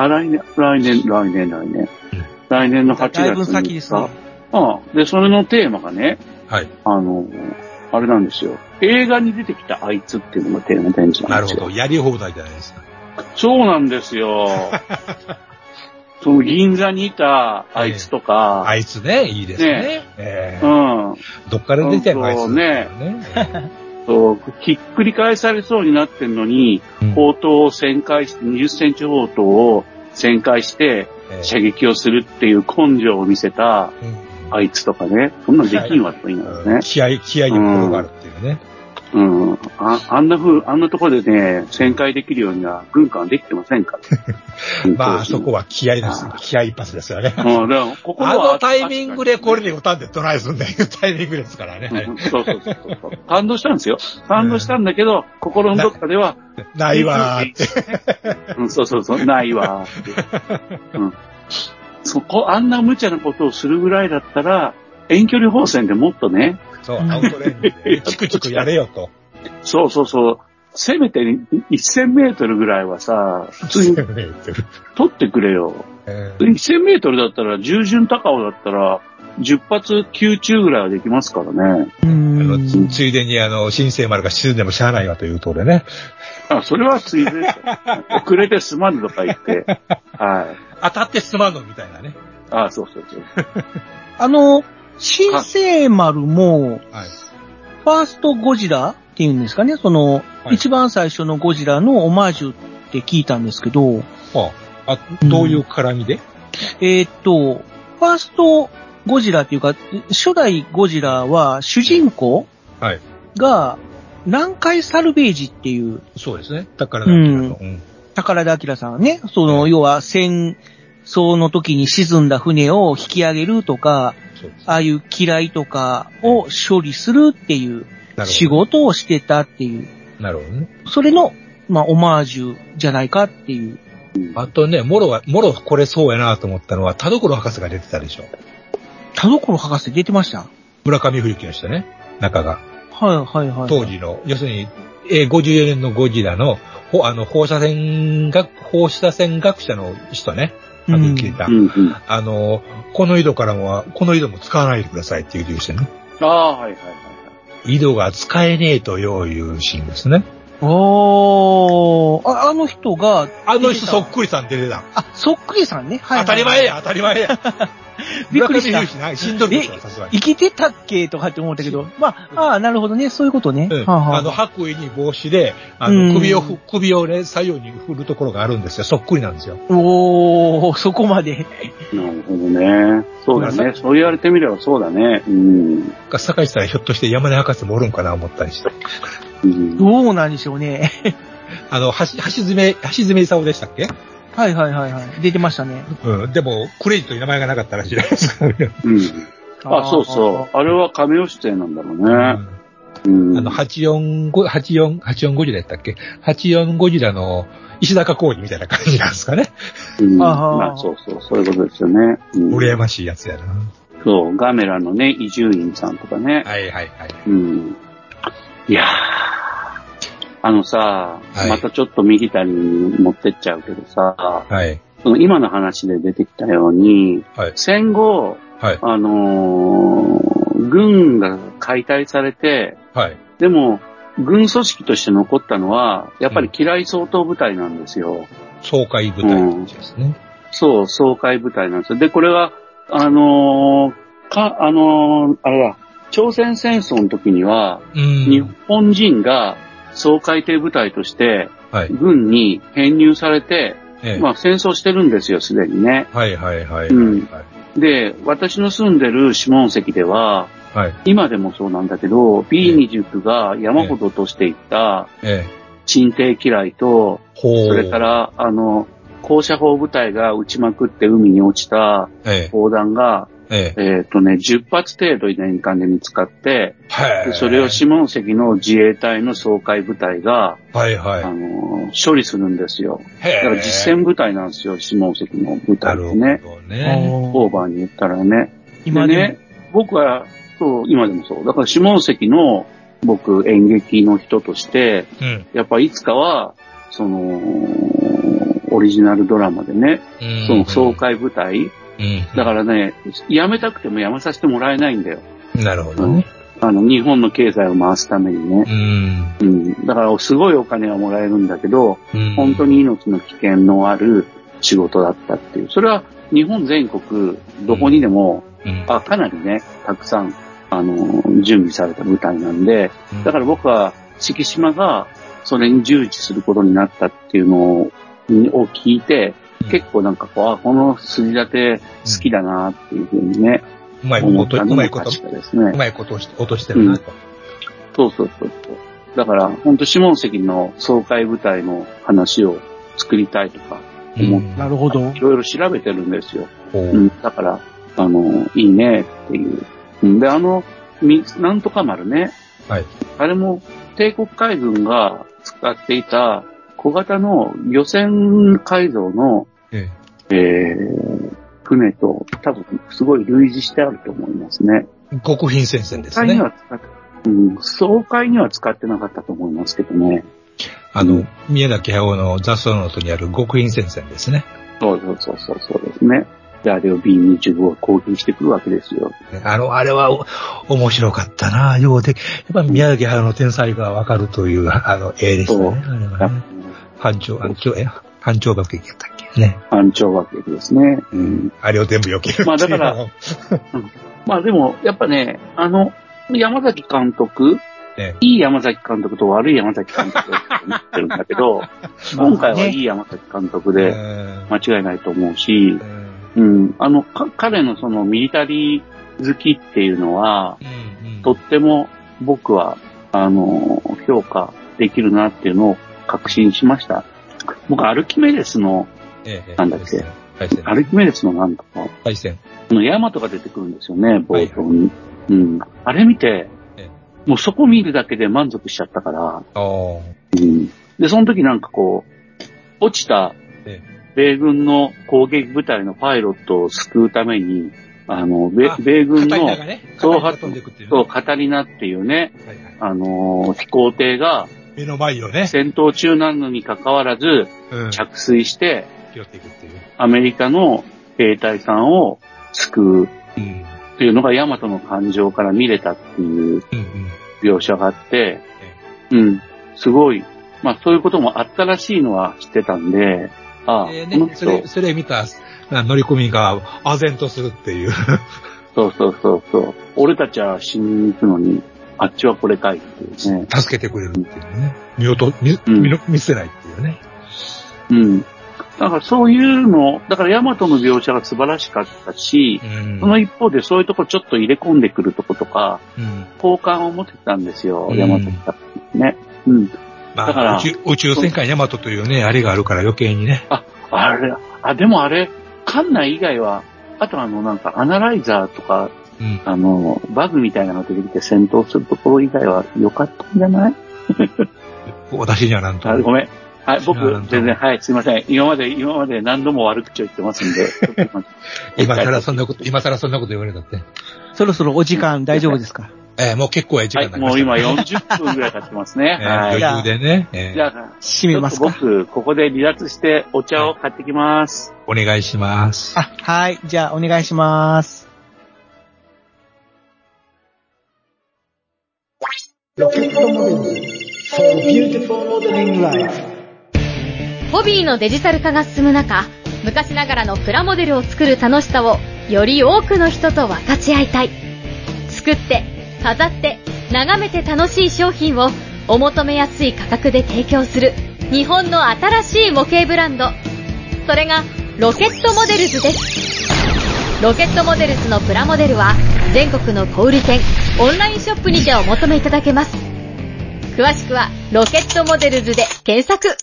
の8月だいぶ先ですね。 で、それのテーマがね、あれなんですよ。映画に出てきたあいつっていうのがテーマ展示なんですよ。 なるほど。やり放題じゃないですか。 そうなんですよ。その銀座にいたあいつとか。 あいつね、いいですね。どっから出てんのあいつね。そう、ひっくり返されそうになってんのに、砲塔を旋回して、20センチ砲塔を旋回して、射撃をするっていう根性を見せた、あいつとかね。そんなできんわと言いながらね。 気合に心があるっていうね。 うん。あんなところでね、旋回できるようには軍艦はできてませんから。 まあ、そこは気合です。気合一発ですよね。 うん、でもここはタイミングでこれで打たんでトライするんだいうタイミングですからね。 そう。感動したんですよ。感動したんだけど、心のどっかでは。 ないわーって。 うん、そう、ないわーって。うん。あんな無茶なことをするぐらいだったら、遠距離砲戦でもっとね。 そう、アウトレーンでチクチクやれよと。 そう。せめて1000メートルぐらいはさ、普通に取ってくれよ。1000メートルだったら、従順高尾だったら、10発9中ぐらいはできますからね。 ついでに新生丸が沈んでもしゃあないわというところでね。 それはついでですよ。遅れてすまんとか言って。はい。 当たってすまんのみたいなね。 そう。 新生丸も、ファーストゴジラっていうんですかね、一番最初のゴジラのオマージュって聞いたんですけど、 どういう絡みで？ ファーストゴジラっていうか、初代ゴジラは主人公が南海サルベージっていう。 そうですね。宝田明の。 宝田明さんね。要は戦争の時に沈んだ船を引き上げるとか、ああいう機雷とかを処理するっていう仕事をしてたっていう。 なるほどね。 それの、オマージュじゃないかっていう。 あとね、もろこれそうやなと思ったのは、田所博士が出てたでしょ。 田所博士出てました？ 村上冬樹の人ね、中が。 はい。 当時の、要するに、54年のゴジラの、放射線学者の人ね。聞いた。この井戸も使わないでくださいっていう理由してね。 はい。 井戸が使えねえというシーンですね。 あの人が。 そっくりさん出てた。 そっくりさんね。はい。 当たり前や。 びっくりした。 死んどるでしょ、さすがに。 生きてたっけとかって思ったけど。なるほどね。そういうことね。 白衣に帽子で、首をね、左右に振るところがあるんですよ。そっくりなんですよ。 そこまで。 なるほどね。そうだね。そう言われてみればそうだね。 坂井さんひょっとして山根博士もおるんかな思ったりして。 どうなんでしょうね。 橋爪功でしたっけ？ はい。出てましたね。 でも、クレジットに名前がなかったらしいですか。 そう。あれは亀尾出演なんだろうね。 84ゴジラやったっけ？ 84 ゴジラの石坂浩二みたいな感じなんですかね。 そういうことですよね。 羨ましいやつやな。 そう、ガメラのね、伊集院さんとかね。 はい。 いやー、またちょっとミリタリーに持ってっちゃうけどさ、今の話で出てきたように、戦後、軍が解体されて、でも、軍組織として残ったのは、やっぱり機雷掃討部隊なんですよ。 掃海部隊ですね。 そう、掃海部隊なんですよ。で、これは、朝鮮戦争の時には、日本人が掃海艇部隊として、軍に編入されて、戦争してるんですよ、すでにね。で、私の住んでる下関では、今でもそうなんだけど、B29 が山ほど落としていった、沈底機雷と、それから、高射砲部隊が撃ちまくって海に落ちた砲弾が、10発程度年間で見つかって、でそれを下関の自衛隊の掃海部隊が、処理するんですよ。だから実戦部隊なんですよ、下関の部隊ってね。オーバーに言ったらね。今ね、僕は、そう、今でもそう。だから下関の僕演劇の人として、やっぱいつかは、オリジナルドラマでね、その掃海部隊、だからね、辞めたくても辞めさせてもらえないんだよ。 なるほどね。 日本の経済を回すためにね。だからすごいお金はもらえるんだけど、本当に命の危険のある仕事だったっていう。それは日本全国どこにでも、かなりね、たくさん、準備された部隊なんで、だから僕は敷島がそれに従事することになったっていうのを聞いて、結構なんかこの筋立て好きだなっていうふうにね。 うまいこと落としてるなと。 そう。 だから、ほんと下関の総会部隊の話を作りたいとか思って、 なるほど。 いろいろ調べてるんですよ。だから、いいねっていう。で、なんとか丸ね。 はい。 あれも、帝国海軍が使っていた小型の漁船改造の、船と多分すごい類似してあると思いますね。 極貧戦線ですね。 総会には使ってなかったと思いますけどね。 宮崎駿の雑草の音にある極貧戦線ですね。 そうですね。で、あれを B25 を攻撃してくるわけですよ。 あれは面白かったな。やっぱ宮崎駿の天才がわかるという、絵でしたね。あれはね。班長爆撃やったっけね。 班長爆撃ですね。 あれを全部避ける。 まあだから、まあでも、やっぱね、山崎監督、いい山崎監督と悪い山崎監督だと思ってるんだけど、今回はいい山崎監督で間違いないと思うし、彼のそのミリタリー好きっていうのは、とっても僕は、評価できるなっていうのを確信しました。僕、アルキメデスの、なんだっけ、アルキメデスのなんとか、ヤマトが出てくるんですよね、冒頭に。あれ見て、もうそこ見るだけで満足しちゃったから、で、その時なんかこう、落ちた、米軍の攻撃部隊のパイロットを救うために、米軍の、カタリナっていうね、飛行艇が、 目の前をね、 戦闘中なのに関わらず、着水して、アメリカの兵隊さんを救うっていうのがヤマトの感情から見れたっていう描写があって、すごい、まあそういうこともあったらしいのは知ってたんで、 それ見た乗り込みが唖然とするっていう。 そう。俺たちは死にに行くのに、あっちはこれかいっていうね。 助けてくれるっていうね。見せないっていうね。 だからそういうの、だからヤマトの描写が素晴らしかったし、その一方でそういうとこちょっと入れ込んでくるとことか、好感を持ってたんですよ、ヤマトがね。 だから宇宙戦艦ヤマトというね、あれがあるから余計にね。 でもあれ、艦内以外は、あとなんかアナライザーとか、バグみたいなの出てきて戦闘するところ以外は良かったんじゃない？ 私にはなんと。 ごめん。はい、僕、全然、はい、すいません。今まで何度も悪口を言ってますんで。 今更そんなこと言われたって。 そろそろお時間大丈夫ですか？ もう結構時間になりました、 もう今40分ぐらい経ってますね。 余裕でね。 じゃあ、 締めますか？ 僕、ここで離脱してお茶を買ってきます。 お願いします。 はい。じゃあ、お願いします。 ロケットモデル for beautiful modeling life。 ホビーのデジタル化が進む中、昔ながらのプラモデルを作る楽しさをより多くの人と分かち合いたい。作って、飾って、眺めて楽しい商品をお求めやすい価格で提供する日本の新しい模型ブランド。それがロケットモデルズです。ロケットモデルズのプラモデルは全国の小売店、オンラインショップにてお求めいただけます。詳しくはロケットモデルズで検索。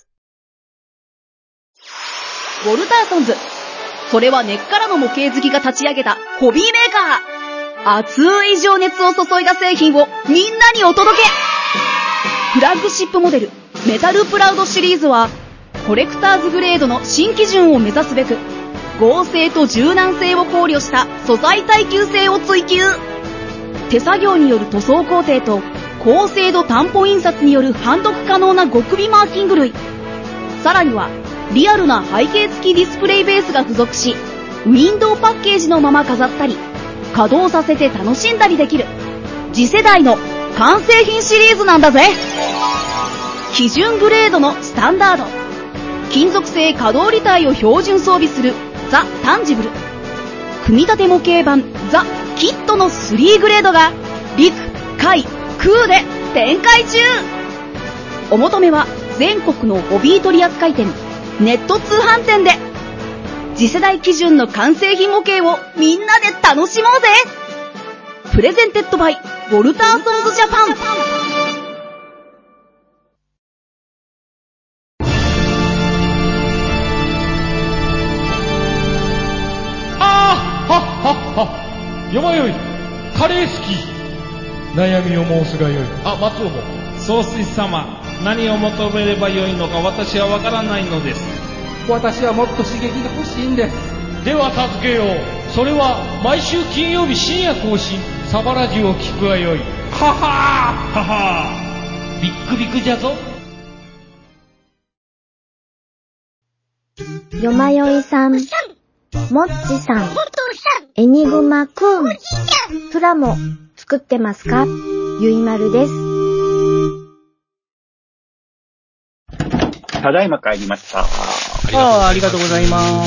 ウォルターソンズ。それは根っからの模型好きが立ち上げたホビーメーカー。熱い情熱を注いだ製品をみんなにお届け。フラッグシップモデルメタルプラウドシリーズはコレクターズグレードの新基準を目指すべく合成と柔軟性を考慮した素材耐久性を追求。手作業による塗装工程と高精度担保印刷による判読可能な極微マーキング類。さらにはリアルな背景付きディスプレイベースが付属し、ウィンドウパッケージのまま飾ったり稼働させて楽しんだりできる次世代の完成品シリーズなんだぜ。基準グレードのスタンダード、金属製可動履帯を標準装備するザ・タンジブル、組み立て模型版ザ・キットの3グレードが陸・海・空で展開中。お求めは全国のホビー取扱店、ネット通販店で。次世代基準の完成品模型をみんなで楽しもうぜ。プレゼンテッドバイウォルターソンズジャパン。 よまよい、カレー好き。悩みを申すがよい。あ、松尾も。 総帥様、何を求めればよいのか私はわからないのです。 私はもっと刺激が欲しいんです。では助けよう。それは毎週金曜日深夜更新、サバラジュを聞くがよい。ははーははー、ビックビックじゃぞ。 よまよいさん、もっちさん、エニグマくん、プラモ作ってますか？ゆいまるです。 ただいま帰りました。 ありがとうございます。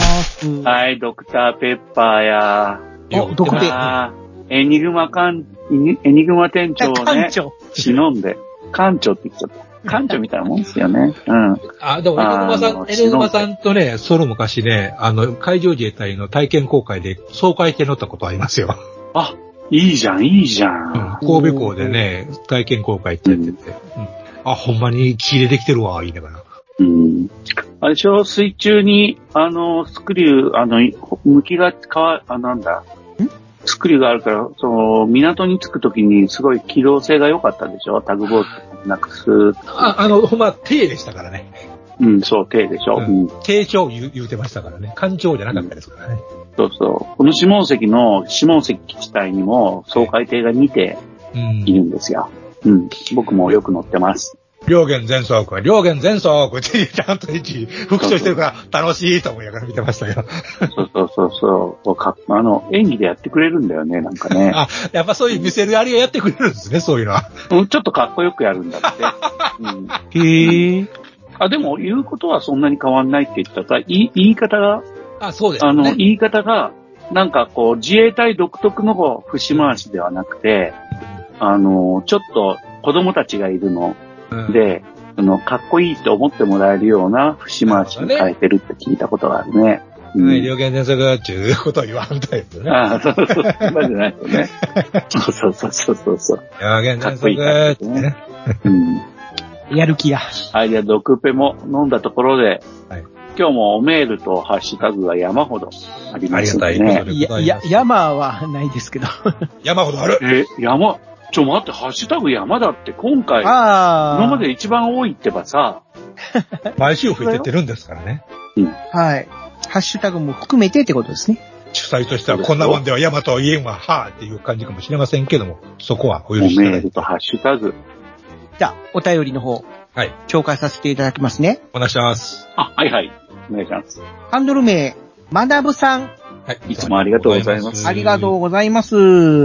はい、ドクターペッパーや。 ドクペ。 エニグマ店長をね、忍んで、館長って言っちゃった。館長みたいなもんですよね。うん。 でも、エニグマさんとね、その昔ね、海上自衛隊の体験航海で掃海艇乗ったことありますよ。 あ、いいじゃん、いいじゃん。 神戸港でね、体験航海ってやってて。ほんまに木でできてるわ、言いながら。 あれでしょ、水中に、スクリュー、向きがスクリューがあるから、港に着くときにすごい機動性が良かったでしょ、タグボートなくす。 ほんま、艇でしたからね。 そう、艇でしょ。 艇長言うてましたからね。艦長じゃなかったですからね。 そうそう。この下関基地隊にも、掃海艇が2艇いるんですよ。僕もよく乗ってます。 両舷全速ってちゃんと復唱してるから楽しいと思いながら見てましたけど。 そう。演技でやってくれるんだよね、なんかね。 やっぱそういう見せるあれをやってくれるんですね、そういうのは。 ちょっとかっこよくやるんだって。 へぇー。でも言うことはそんなに変わんないって言ったら、言い方が、 そうですね。 言い方が、なんかこう、自衛隊独特の節回しではなくて、ちょっと子供たちがいるの、で、かっこいいと思ってもらえるような節回しに変えてるって聞いたことがあるね。 両舷全速っていうことを言わんとですね。 そう。今じゃないとね。そう。 両舷全速ってね。 やる気や。 はい、じゃあ、ドクペも飲んだところで、今日もメールとハッシュタグが山ほどありますね。 ありがたいことでございます。 山はないですけど。 山ほどある。 ちょ、待って、ハッシュタグ山だって今回、今まで一番多いってばさ。 毎週増えてってるんですからね。 はい。ハッシュタグも含めてってことですね。 主催としてはこんなもんでは山と言えんわ、はぁっていう感じかもしれませんけども、そこはお許しください。 メールとハッシュタグ。 じゃあ、お便りの方。はい。紹介させていただきますね。 お願いします。 はい。お願いします。 ハンドル名、まなぶさん。 はい。いつもありがとうございます。 ありがとうございます。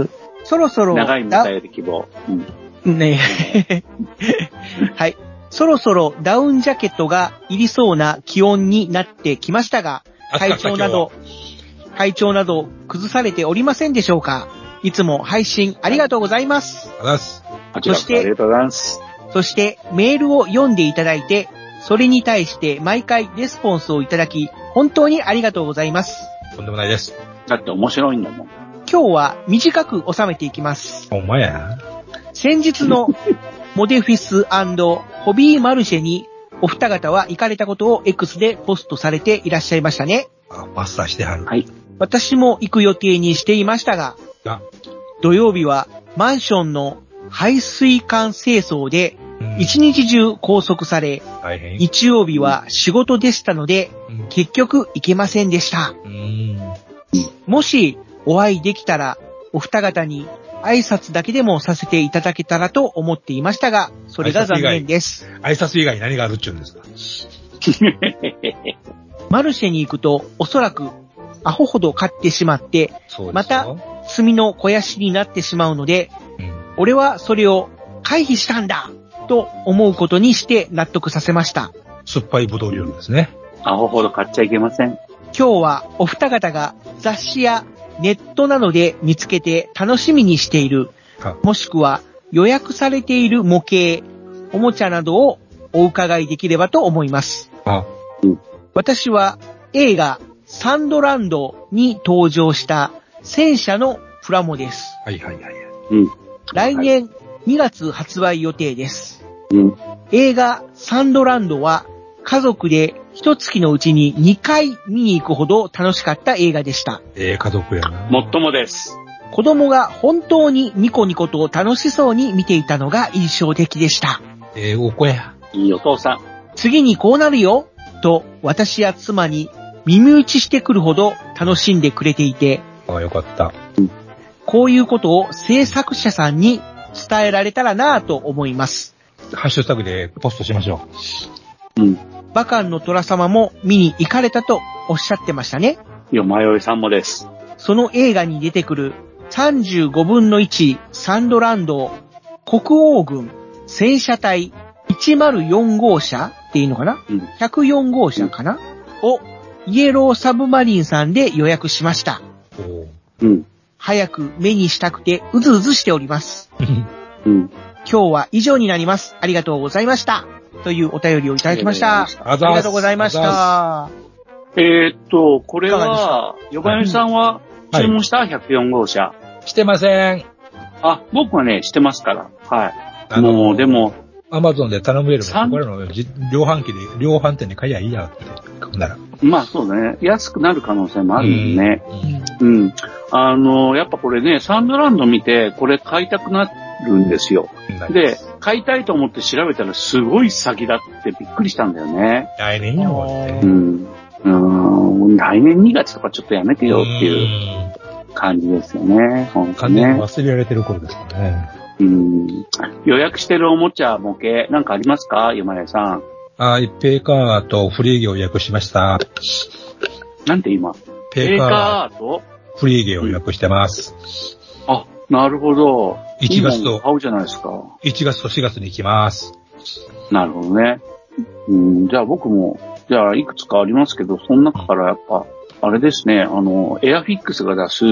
そろそろ。 長いお便り希望。 ねえ。はい。そろそろダウンジャケットがいりそうな気温になってきましたが、体調など崩されておりませんでしょうか？いつも配信ありがとうございます。 そして、ありがとうございます。 そしてメールを読んでいただいて、それに対して毎回レスポンスをいただき、本当にありがとうございます。 とんでもないです。 だって面白いんだもん。 今日は短く収めていきます。 ほんまや。 先日のモデフィス&ホビーマルシェにお二方は行かれたことを X でポストされていらっしゃいましたね。 マスターしてはる。 はい。 私も行く予定にしていましたが、土曜日はマンションの排水管清掃で一日中拘束され、日曜日は仕事でしたので、結局行けませんでした。もしお会いできたら、お二方に挨拶だけでもさせていただけたらと思っていましたが、それが残念です。 挨拶以外何があるっちゅうんですか？ マルシェに行くと、おそらくアホほど買ってしまって、また炭の肥やしになってしまうので、俺はそれを回避したんだと思うことにして納得させました。 酸っぱいぶどう理論ですね。 アホほど買っちゃいけません。 今日はお二方が雑誌やネットなどで見つけて楽しみにしている、もしくは予約されている模型、おもちゃなどをお伺いできればと思います。私は映画サンドランドに登場した戦車のプラモです。来年2月発売予定です。映画サンドランドは家族で一月のうちに2回見に行くほど楽しかった映画でした。 家族やな。 もっともです。 子供が本当にニコニコと楽しそうに見ていたのが印象的でした。 お子や。 いいお父さん。 次にこうなるよ、と私や妻に耳打ちしてくるほど楽しんでくれていて。 よかった。 こういうことを制作者さんに伝えられたらなぁと思います。 ハッシュタグでポストしましょう。バカンの虎様も見に行かれたとおっしゃってましたね。 よまよいさんもです。 その映画に出てくる35分の1サンドランド国王軍戦車隊104号車っていうのかな、104号車かな、をイエローサブマリンさんで予約しました。早く目にしたくてうずうずしております。今日は以上になります。ありがとうございました。というお便りをいただきました。ありがとうございました。 これは、よばよいさんは注文した、104号車。 してません。 あ、僕はね、してますから。はい。もう、でも、 アマゾンで頼めれば、これの量販店で買えばいいやって。なら。 まあそうだね。安くなる可能性もあるんでね。やっぱこれね、サンドランド見て、これ買いたくなるんですよ。で、買いたいと思って調べたらすごい先だってびっくりしたんだよね。 来年よ、 来年2月とかちょっとやめてよっていう感じですよね。 完全に忘れられてる頃ですかね。 予約してるおもちゃ、模型、なんかありますか、ゆまやさん。 ペーカーとフリーゲを予約しました。 なんて今ペーカーとフリーゲを予約してます。 あ、なるほど。 1月と、 買うじゃないですか。 1月と4月に行きます。 なるほどね。じゃあ僕も、いくつかありますけど、その中からやっぱ、あれですね、エアフィックスが出す、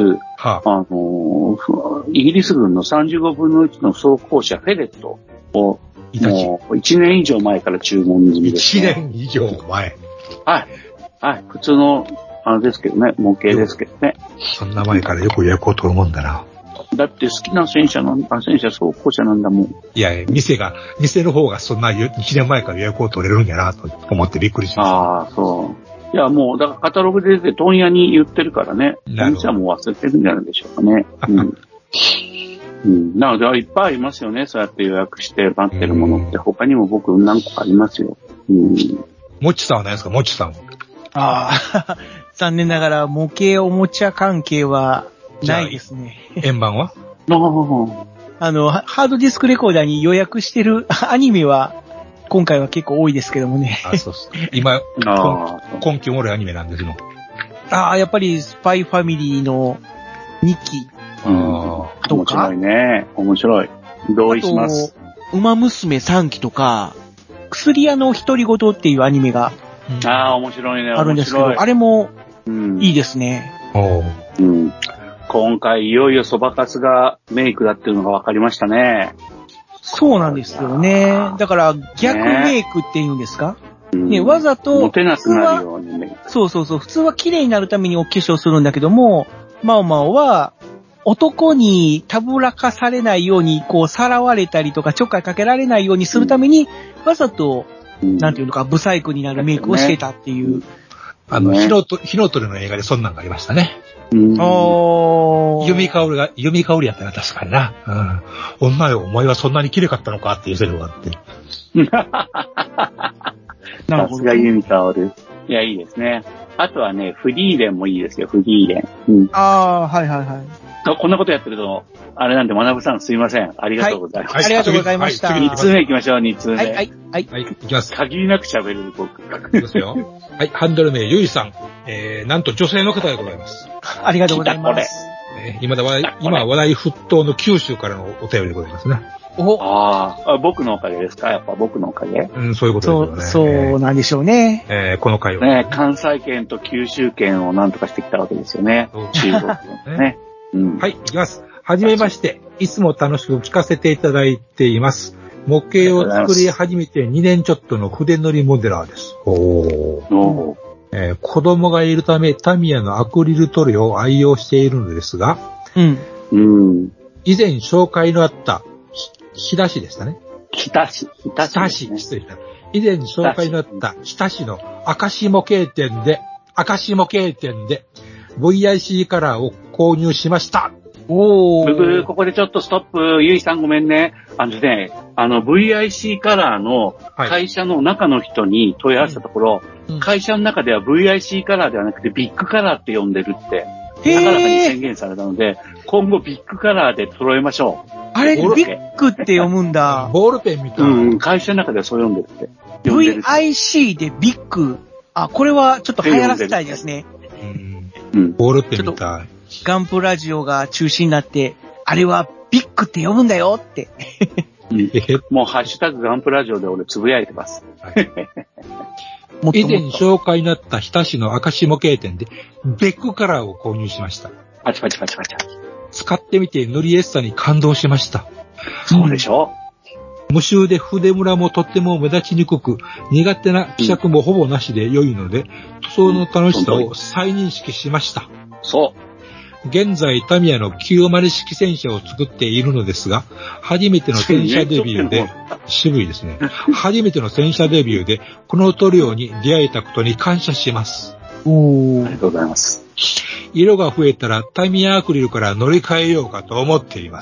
イギリス軍の35分の1の装甲車フェレットを、もう1年以上前から注文済みですね。 1年以上前。 はい。はい。普通の、ですけどね、模型ですけどね。 そんな前からよく予約を取るもんだな。 だって好きな戦車装甲車なんだもん。 いや、店の方がそんな1年前から予約を取れるんやなと思ってびっくりしました。 ああ、そう。いや、もう、だからカタログで出て問屋に言ってるからね。店はもう忘れてるんじゃないでしょうかね。なので、いっぱいありますよね。そうやって予約して待ってるものって。他にも僕何個かありますよ。 もちさんは何ですか、もちさんは。 残念ながら模型おもちゃ関係はないですね。 円盤はハードディスクレコーダーに予約してるアニメは、今回は結構多いですけどもね。 そうっす。今期おもろいアニメなんですよ。 やっぱりスパイファミリーの2期とか。 面白いね。面白い。同意します。 ウマ娘3期とか、薬屋の独り言っていうアニメが、 面白いね。 あるんですけど、あれもいいですね。 今回いよいよそばかすがメイクだっていうのが分かりましたね。 そうなんですよね。だから逆メイクっていうんですか、ね、わざと、 モテなくなるようにメイク。 そう。普通は綺麗になるためにお化粧するんだけども、マオマオは、男にたぶらかされないように、さらわれたりとか、ちょっかいかけられないようにするために、わざと、なんていうのか、ブサイクになるメイクをしてたっていう。 火の鳥の映画でそんなんがありましたね。弓香りやったな、確かにな。女よ、お前はそんなに綺麗かったのかっていうセリフがあって。 さすが弓香る。いや、いいですね。あとはね、フリーレンもいいですよ、フリーレン。こんなことやってると、あれなんで、学さんすいません。ありがとうございます。 ありがとうございました。 次2通目行きましょう、2通目。 はい。 行きます。 限りなく喋れる僕。 いきますよ。はい、ハンドル名、ゆいさん。なんと女性の方でございます。 ありがとうございます。 今話題沸騰の九州からのお便りでございますね。 僕のおかげですか？やっぱ僕のおかげ？ そういうことですよね。そうなんでしょうね。 この回は。 ね、関西圏と九州圏をなんとかしてきたわけですよね。中国のね。 はい、いきます。はじめまして。いつも楽しく聞かせていただいています。模型を作り始めて2年ちょっとの筆乗りモデラーです。子供がいるためタミヤのアクリル塗料を愛用しているのですが、以前紹介のあった日田市でしたね。 日田市。 失礼した。以前紹介のあった日田市の明石模型店で VIC カラーを購入しました。 ここでちょっとストップ、ゆいさんごめんね。VIC カラーの会社の中の人に問い合わせたところ、会社の中では VIC カラーではなくてビッグカラーって呼んでるって、高らかに宣言されたので、今後ビッグカラーで揃えましょう。 あれ、ビッグって読むんだ。 ボールペンみたいな。 会社の中ではそう読んでるって。 VIC でビッグ。あ、これはちょっと流行らせたいですね。 ボールペンみたい。 ガンプラジオが中心になって、あれはビッグって読むんだよって。 もうハッシュタグガンプラジオで俺つぶやいてます。 以前紹介になった日田市の明石模型店でベックカラーを購入しました。 パチパチパチパチ。 使ってみて塗りやすさに感動しました。 そうでしょ？ 無臭で筆ムラもとっても目立ちにくく、苦手な希釈もほぼなしで良いので、塗装の楽しさを再認識しました。 そう。 現在、タミヤの90式戦車を作っているのですが、初めての戦車デビューで、渋いですね。初めての戦車デビューで、この塗料に出会えたことに感謝します。 ありがとうございます。 色が増えたらタミヤアクリルから乗り換えようかと思っています。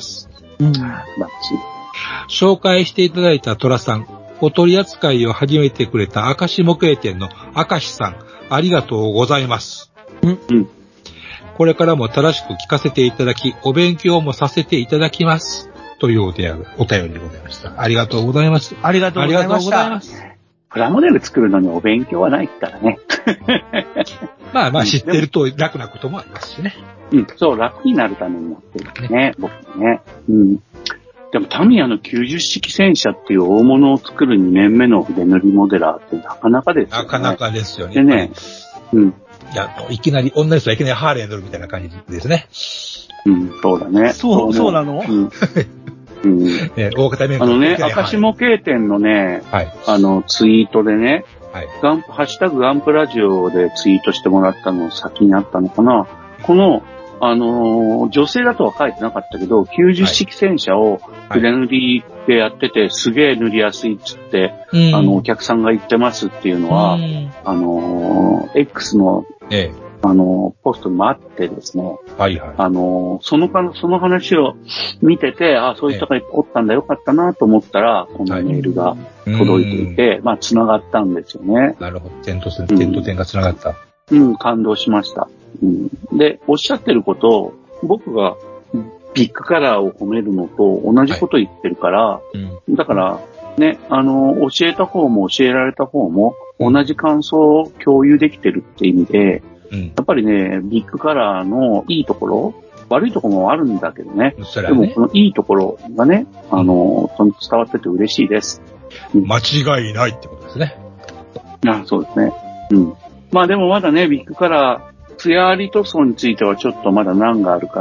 紹介していただいたトラさん、お取り扱いを始めてくれた明石模型店の明石さん、ありがとうございます。これからも正しく聞かせていただき、お勉強もさせていただきます。というお便りでございました。ありがとうございます。 ありがとうございました。 プラモデル作るのにお勉強はないからね。 まあ知ってると楽なこともありますしね。 そう、楽になるためにやってるからね、僕ね。でもタミヤの90式戦車っていう大物を作る2年目の筆塗りモデラーってなかなかですよね。 なかなかですよね。 でね、 いや、いきなり、同じ人はいきなりハーレー乗るみたいな感じですね。 そうだね。 そうなの？ 大型面明石模型店のね、ツイートでね、ハッシュタグガンプラジオでツイートしてもらったの先にあったのかな。この、女性だとは書いてなかったけど、90式戦車を筆塗りでやってて、すげえ塗りやすいっつって、お客さんが言ってますっていうのは、X の、ポストにもあってですね。その話を見てて、そういう人がおったんだよかったなと思ったら、このメールが届いていて、繋がったんですよね。 なるほど。点と点が繋がった。 感動しました。で、おっしゃってることを、僕がビッグカラーを褒めるのと同じこと言ってるから、だから、ね、教えた方も教えられた方も同じ感想を共有できてるって意味で、やっぱりね、ビッグカラーのいいところ、悪いところもあるんだけどね。でもこのいいところがね、伝わってて嬉しいです。 間違いないってことですね。 そうですね。まあでもまだね、ビッグカラー、ツヤあり塗装についてはちょっとまだ難があるから、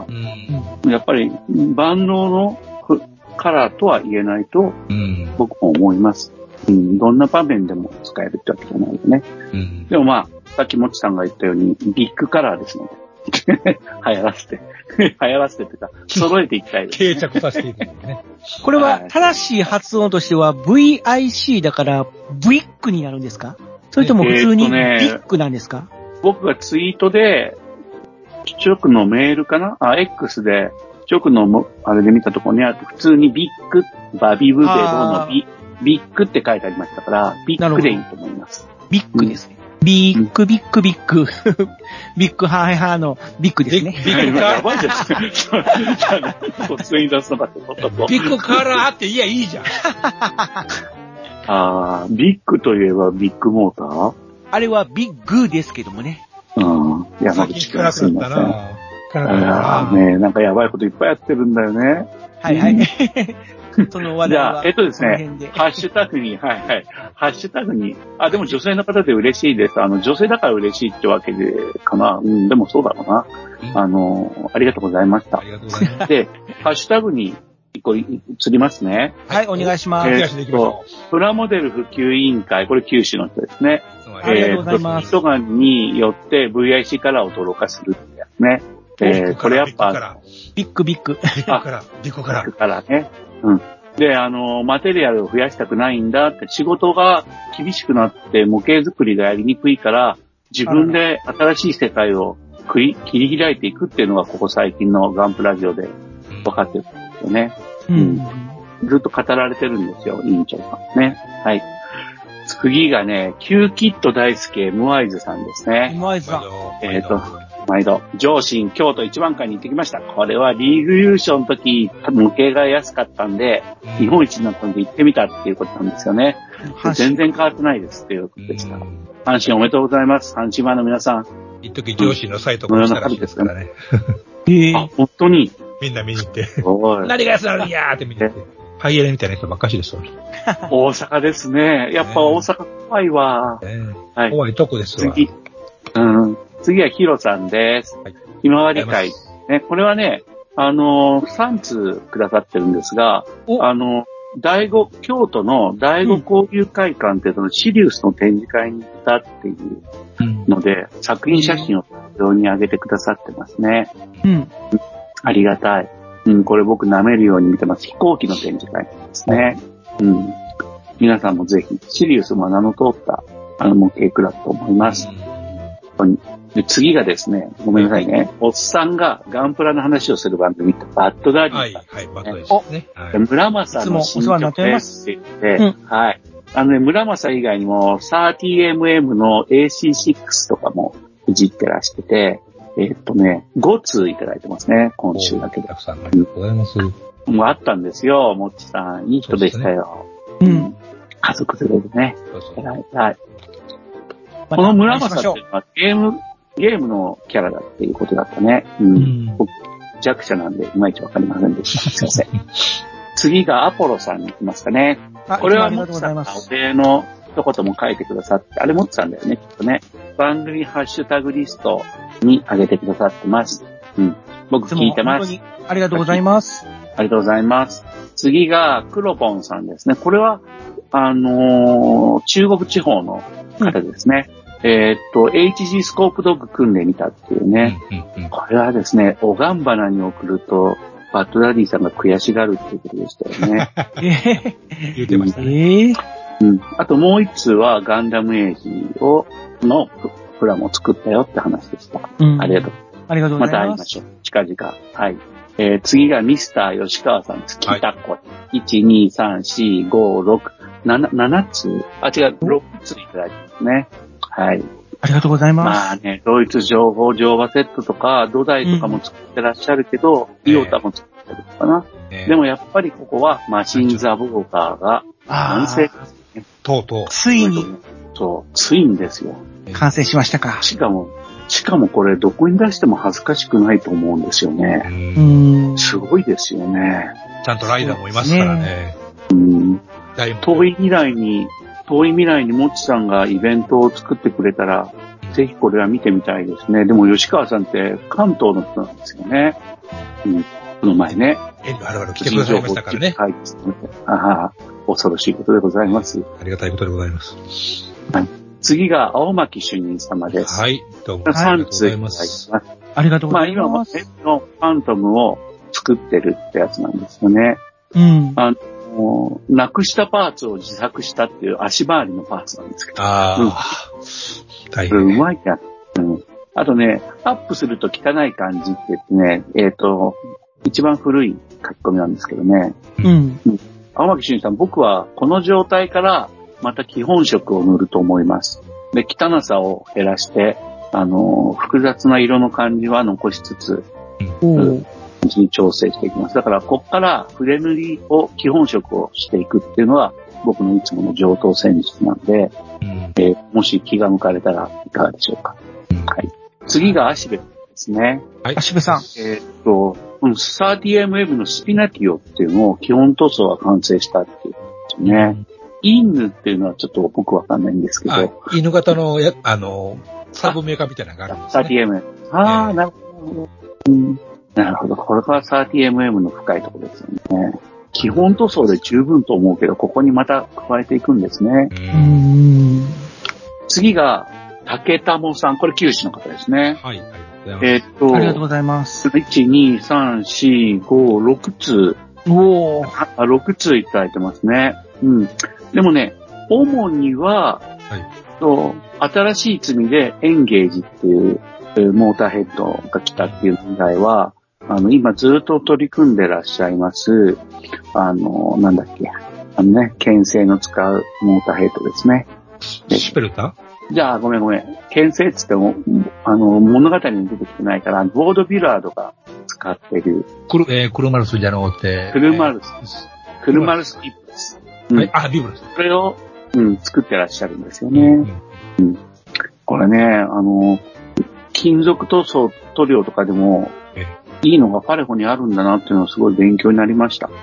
やっぱり万能のカラーとは言えないと、僕も思います。どんな場面でも使えるってわけじゃないよね。でもまあ、さっきもちさんが言ったように、ビッグカラーですので、流行らせてっていうか、揃えていきたいです、 定着させていくんですね。 これは正しい発音としては VIC だからブイックになるんですか？それとも普通にビッグなんですか？ 僕がツイートで、直のメールかなX で、直のあれで見たところにあると、普通にビッグ、バビブベロのビッグって書いてありましたから、ビッグでいいと思います。 ビッグですね。ビッグ。ビッグハーハーのビッグですね。 ビッグカラー。やばいじゃん。普通に出すのかと思ったと。 ビッグカラーって言えばいいじゃん。ビッグといえばビッグモーター？ あれはビッグですけどもね。 山口くんすいません。なんかやばいこといっぱいやってるんだよね。 その話題は。 じゃあ、ですね、ハッシュタグに、ハッシュタグに、でも女性の方で嬉しいです。女性だから嬉しいってわけで、かな。でもそうだろうな。ありがとうございました。で、ハッシュタグに、移りますね。 はい、お願いします。 プラモデル普及委員会、これ九州の人ですね。 ありがとうございます。 人がによって VIC カラーを登録化するってやつね。これやっぱ、 ビッグ。 ビッグカラーね。で、マテリアルを増やしたくないんだって、仕事が厳しくなって模型作りがやりにくいから、自分で新しい世界を切り開いていくっていうのがここ最近のガンプラジオで分かってるんですよね。ずっと語られてるんですよ、委員長さんね。はい。次がね、Qキット大好き M ワイズさんですね。 M ワイズさん。 毎度、上信京都一番会に行ってきました。これはリーグ優勝の時、模型が安かったんで、日本一になったので行ってみたっていうことなんですよね。全然変わってないですっていうことでした。阪神おめでとうございます。阪神ファンの皆さん。 一時上信のサイトからしたらしいですからね。 あ、本当にみんな見に行って。何が安なるんやーって見に行って。ハイエレみたいな人ばっかしですよ。 大阪ですね。やっぱ大阪怖いわ。 はい。怖いとこですわ。 次はヒロさんです。ひまわり会。ね、これはね、3通くださってるんですが、京都の第五交流会館っていうのシリウスの展示会に行ったっていうので、作品写真を非常に上げてくださってますね。ありがたい。これ僕舐めるように見てます。飛行機の展示会ですね。皆さんもぜひ、シリウスも名の通った模型クラブと思います。で次がですね、ごめんなさいね。おっさんがガンプラの話をする番組ってバッドダディさん、ね。 はい、バッドダディですね。 村正の新曲ですって言って、はい。村正以外にも 30mm の AC6 とかもいじってらしてて、5通いただいてますね、今週だけで。 たくさんありがとうございます。 もうあったんですよ、もっちさん。いい人でしたよ。家族連れでね。はい。この村正っていうのはゲームのキャラだっていうことだったね。僕、弱者なんでいまいちわかりませんでした。すいません。次がアポロさんに行きますかね。これはもっちさんがお礼の一言も書いてくださって、あれもっちさんだよね、きっとね。番組ハッシュタグリストに上げてくださってます。僕聞いてます。本当にありがとうございます。 ありがとうございます。次がクロポンさんですね。これは、中国地方の方ですね。HG スコープドッグ訓練見たっていうね。これはですね、おがんばなに送ると、バッドダディさんが悔しがるっていうことでしたよね。 言ってましたね。 あともう一通はガンダムエイジのプラモを作ったよって話でした。ありがとう。 ありがとうございます。 また会いましょう。近々。はい。次がミスター吉川さんです。北子。1、2、3、4、5、6、7つ。あ、違う、6ついただいてますね。はい。 ありがとうございます。 まあね、ドイツ情報乗馬セットとか、土台とかも作ってらっしゃるけど、イオタも作ってるのかな。でもやっぱりここはマシンザボーガーが完成ですね。 とうとう。 ついに。 そう、ついにですよ。 完成しましたか。 しかもこれどこに出しても恥ずかしくないと思うんですよね。すごいですよね。 ちゃんとライダーもいますからね。 遠い未来にもっちさんがイベントを作ってくれたら、ぜひこれは見てみたいですね。でも吉川さんって関東の人なんですよね。この前ね。 ある来てくださいましたからね。 はい。恐ろしいことでございます。 ありがたいことでございます。 はい。次が青巻主任様です。 はい。どうもありがとうございます。 ありがとうございます。 今もペンのファントムを作ってるってやつなんですよね。なくしたパーツを自作したっていう足回りのパーツなんですけど。大変。うまいや。あとね、アップすると汚い感じって言ってね、一番古い書き込みなんですけどね。青巻俊さん、僕はこの状態からまた基本色を塗ると思います。で、汚さを減らして、複雑な色の感じは残しつつ、に調整していきます。だから、こっから筆塗りを基本色をしていくっていうのは、僕のいつもの上等戦術なんで、もし気が向かれたらいかがでしょうか。はい。次がアシベですね。 はい。アシベさん。 30mm のスピナティオっていうのを基本塗装は完成したっていうんですね。インヌっていうのはちょっと僕わかんないんですけど。 犬型のサブメーカーみたいなのがあるんですね。 30mm。なるほど。なるほど。これが 30mm の深いところですよね。基本塗装で十分と思うけど、ここにまた加えていくんですね。次が、竹玉さん。これ九州の方ですね。 はい。 ありがとうございます。 1、2、3、4、5、6通。6通いただいてますね。でもね、主には、新しい積みでエンゲージっていうモーターヘッドが来たっていう問題は、今ずっと取り組んでらっしゃいます、なんだっけ、牽制の使うモーターヘッドですね。 シュペルタ？ じゃあ、ごめん。牽制って言っても、物語に出てきてないから、ボードビュラードが使ってる。 クルマルスじゃなくて。 クルマルスビブラス。 はい、ビブラス。 これを、作ってらっしゃるんですよね。これね、金属塗装塗料とかでも、いいのがパレホにあるんだなっていうのはすごい勉強になりました。あと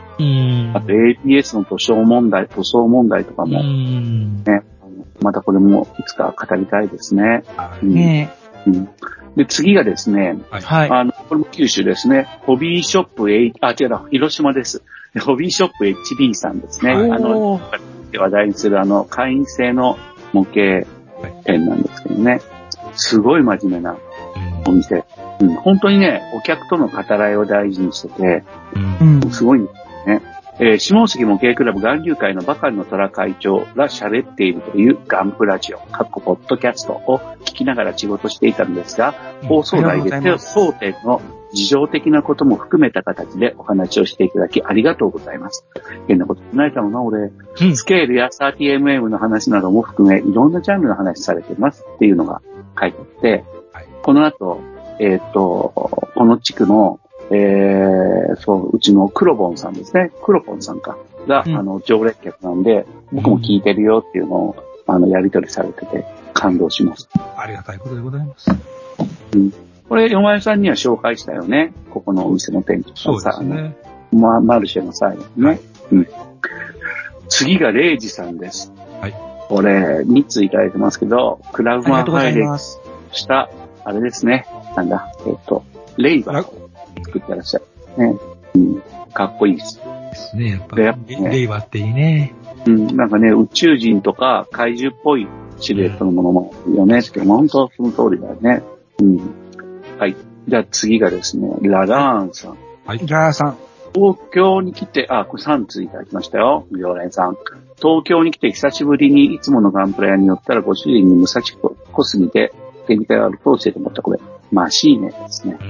ABS の塗装問題とかも、ね、またこれもいつか語りたいですね。で、次がですね、これも九州ですね。ホビーショップ広島です。ホビーショップ HB さんですね。話題にする会員制の模型店なんですけどね。すごい真面目なお店。本当にね、お客との語らいを大事にしてて、すごいんですね。下関模型クラブ玩流会のバカリの虎会長が喋っているというガンプラジオ、ポッドキャストを聞きながら仕事していたんですが、放送内で当店の事情的なことも含めた形でお話をしていただきありがとうございます。変なことないかもな、俺。スケールや 30mm の話なども含め、いろんなジャンルの話されてますっていうのが書いてあって、この後、この地区のうちのクロボンさんですね。クロボンさんが、常連客なんで、僕も聞いてるよっていうのを、やり取りされてて、感動します。 ありがたいことでございます。 これ、山井さんには紹介したよね。ここのお店の店長さん。 そうですね。 マルシェの際にね。次がレイジさんです。これ、2通いただいてますけど、クラブマンハイレーした、あれですね。レイバー。作ってらっしゃる。ね。かっこいいです。 ですね。やっぱレイバーっていいね。 なんかね、宇宙人とか怪獣っぽいシルエットのものもいいよね。って、本当はその通りだよね。はい。じゃあ次がですね、ララーンさん。 ララーンさん。 東京に来て、これ3通いただきましたよ。常連さん。東京に来て久しぶりにいつものガンプラ屋に寄ったらご主人に武蔵小杉で展示会があると教えてもらった。これ、マシーネですね。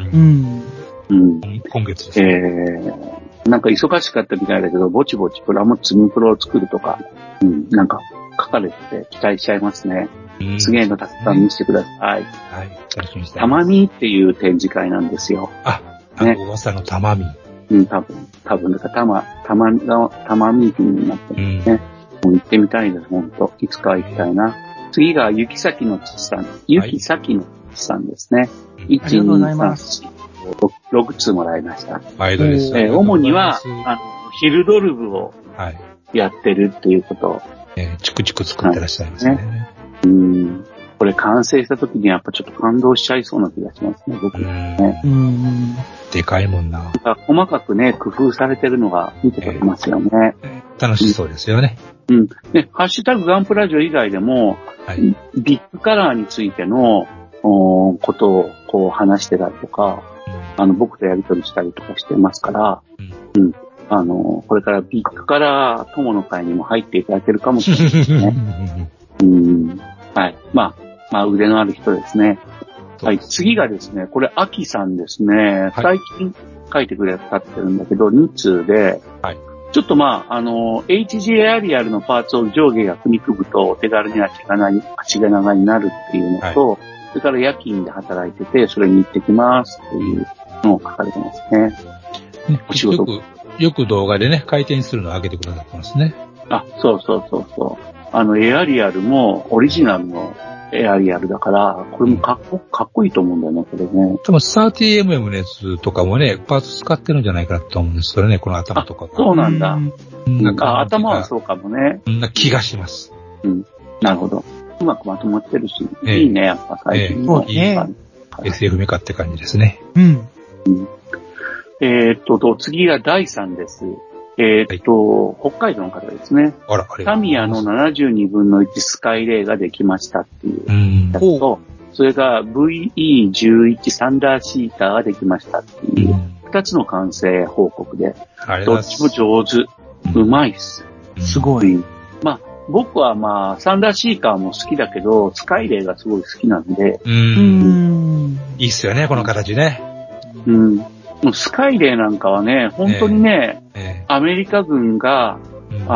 今月ですね。 なんか忙しかったみたいだけど、ぼちぼちプラモ積みプロを作るとか、なんか書かれてて期待しちゃいますね。すげえのたくさん見せてください。 楽しみにしてたまみっていう展示会なんですよ。 噂のたまみ。 多分だからたまみになってるんですね。もう行ってみたいです、ほんと。いつか行きたいな。次が、雪崎の父さん。雪崎の父さんですね。1、2、3、6通もらいました。主には、ヒルドルブをやってるっていうことを。 チクチク作ってらっしゃいますね。 これ完成した時にやっぱちょっと感動しちゃいそうな気がしますね、僕ね。 でかいもんな。 細かくね、工夫されてるのが見て取れますよね。 楽しそうですよね。 で、ハッシュタグガンプラジオ以外でも、ビッグカラーについてのことをこう話してたりとか、僕とやり取りしたりとかしてますから、これからビッグカラー友の会にも入っていただけるかもしれないですね。はい。まあ、腕のある人ですね。はい。次がですね、これ、アキさんですね。最近書いてくれたってるんだけど、2通で、ちょっとHG エアリアルのパーツを上下が組み組むと、手軽に足が長になるっていうのと、それから夜勤で働いてて、それに行ってきますっていうのを書かれてますね。お仕事。 よく動画でね、回転するのを上げてくださってますね。 そう。エアリアルもオリジナルのエアリアルだから、これもかっこいいと思うんだよね、これね。 多分 30mm のやつとかもね、パーツ使ってるんじゃないかなと思うんですけどね、この頭とかが。 そうなんだ。頭はそうかもね。 そんな気がします。 なるほど。うまくまとまってるし、いいね、やっぱ最近の。 SF メカって感じですね。 次が第3です。北海道の方ですね。タミヤの72分の1スカイレイができましたっていうやつと、それが VE11 サンダーシーターができましたっていう、2つの完成報告で、どっちも上手。うまいっす。 すごい。 僕はまあ、サンダーシーカーも好きだけど、スカイレイがすごい好きなんで。 いいっすよね、この形ね。 もうスカイレイなんかはね、本当にね、アメリカ軍が、日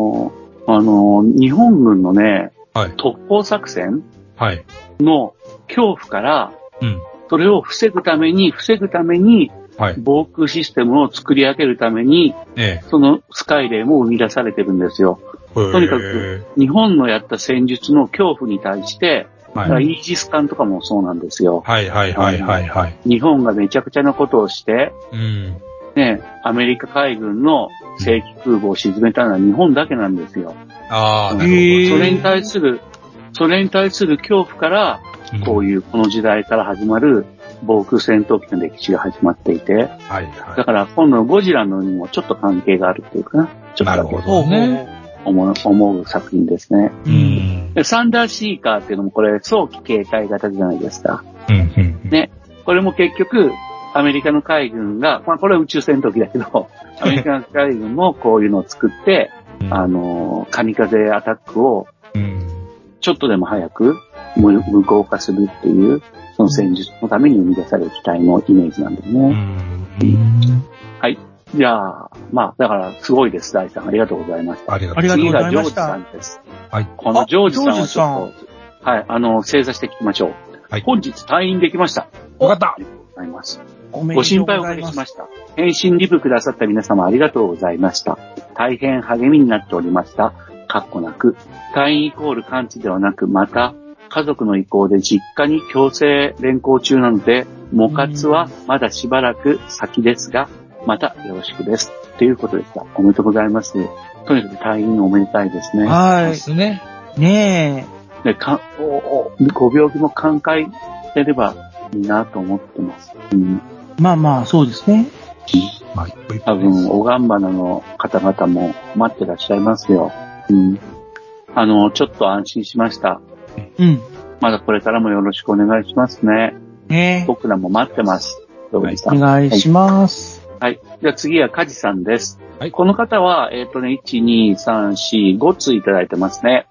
本軍のね、特攻作戦の恐怖から、それを防ぐために、防空システムを作り上げるために、そのスカイレイも生み出されてるんですよ。とにかく、日本のやった戦術の恐怖に対して、イージス艦とかもそうなんですよ。日本がめちゃくちゃなことをして、ね、アメリカ海軍の正規空母を沈めたのは日本だけなんですよ。それに対する恐怖から、こういうこの時代から始まる防空戦闘機の歴史が始まっていて、だから今度のゴジラのにもちょっと関係があるっていうかな。ちょっとだけ思う作品ですね。でサンダーシーカーっていうのもこれ早期警戒型じゃないですか。ね。これも結局、アメリカの海軍が、まあこれは宇宙戦闘機だけど、アメリカの海軍もこういうのを作って、神風アタックを、ちょっとでも早く無効化するっていう、その戦術のために生み出される機体のイメージなんだよね。はい。じゃあ、まあ、だから、すごいです、大さん。ありがとうございました。次がジョージさんです。このジョージさんはちょっと、はい、正座して聞きましょう。本日退院できました。 よかった。 ありがとうございます。ご心配をおかけしました。返信リプくださった皆様ありがとうございました。大変励みになっておりました。かっこなく。退院イコール完治ではなく、また、家族の意向で実家に強制連行中なので、模活はまだしばらく先ですが、またよろしくです。ということでした。おめでとうございます。とにかく退院おめでたいですね。 はい。 ですね。 ねえ。で、ご病気も寛解してればいいなと思ってます。 まあまあ、そうですね。 多分、おがんばなの方々も待ってらっしゃいますよ。ちょっと安心しました。まだこれからもよろしくお願いしますね。僕らも待ってます。 お願いします。 はい。じゃあ次はカジさんです。この方は、1、2、3、4、5通いただいてますね。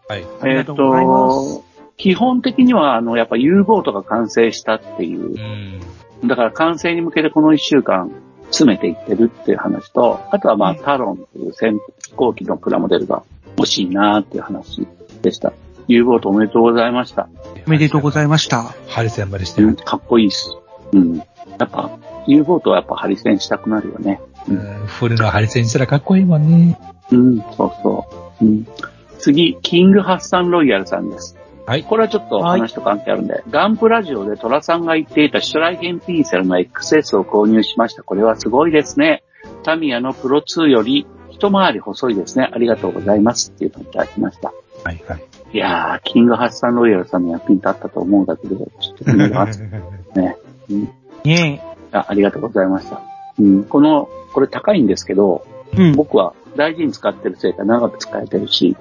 基本的には、やっぱ U ボートが完成したっていう。だから完成に向けてこの1週間詰めていってるっていう話と、あとはまあ、タロンっていう飛行機のプラモデルが欲しいなーっていう話でした。U ボートおめでとうございました。 おめでとうございました。 ハリセンまでしてる。 かっこいいっす。やっぱ、U ボートはやっぱハリセンしたくなるよね。 フルのハリセンしたらかっこいいもんね。 そうそう。次、キングハッサンロイヤルさんです。これはちょっと話と関係あるんで、ガンプラジオでトラさんが言っていたシュトライヘンピーセルの XS を購入しました。これはすごいですね。タミヤのプロ2より一回り細いですね。ありがとうございますっていうのをいただきました。いやー、キングハッサンロイヤルさんの役に立ったと思うんだけど、ちょっと気になりますね。ありがとうございました。これ高いんですけど、僕は大事に使ってるせいか長く使えてるし、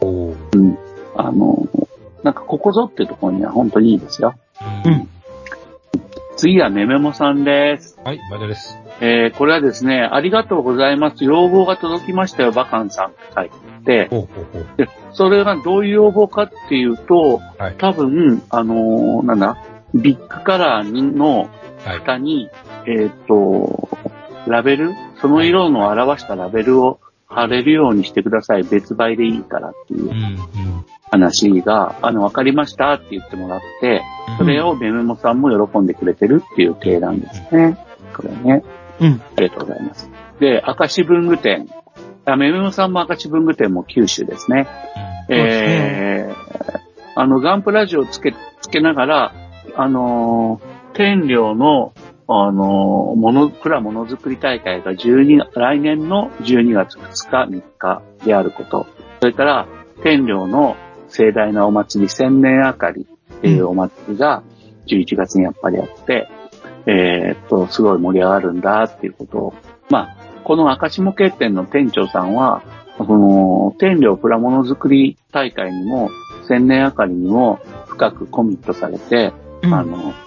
なんかここぞっていうところには本当にいいですよ。次はメメモさんです。 はい、まだです。 これはですね、ありがとうございます。要望が届きましたよ、バカンさんって書いてて。で、それがどういう要望かっていうと、多分、ビッグカラーの蓋に、ラベル、その色の表したラベルを貼れるようにしてください。別売でいいからっていう話が、わかりましたって言ってもらって、それをメメモさんも喜んでくれてるっていう体なんですね。これね。ありがとうございます。で、明石文具店。メメモさんも明石文具店も九州ですね。ガンプラジオつけながら、天領の、プラものづくり大会が来年の12月2日、3日であること。それから、天領の盛大なお祭り、千年あかりっていうお祭りが11月にやっぱりあって、すごい盛り上がるんだっていうことを、この明石模型店の店長さんは、天領プラモのづくり大会にも、千年あかりにも深くコミットされて、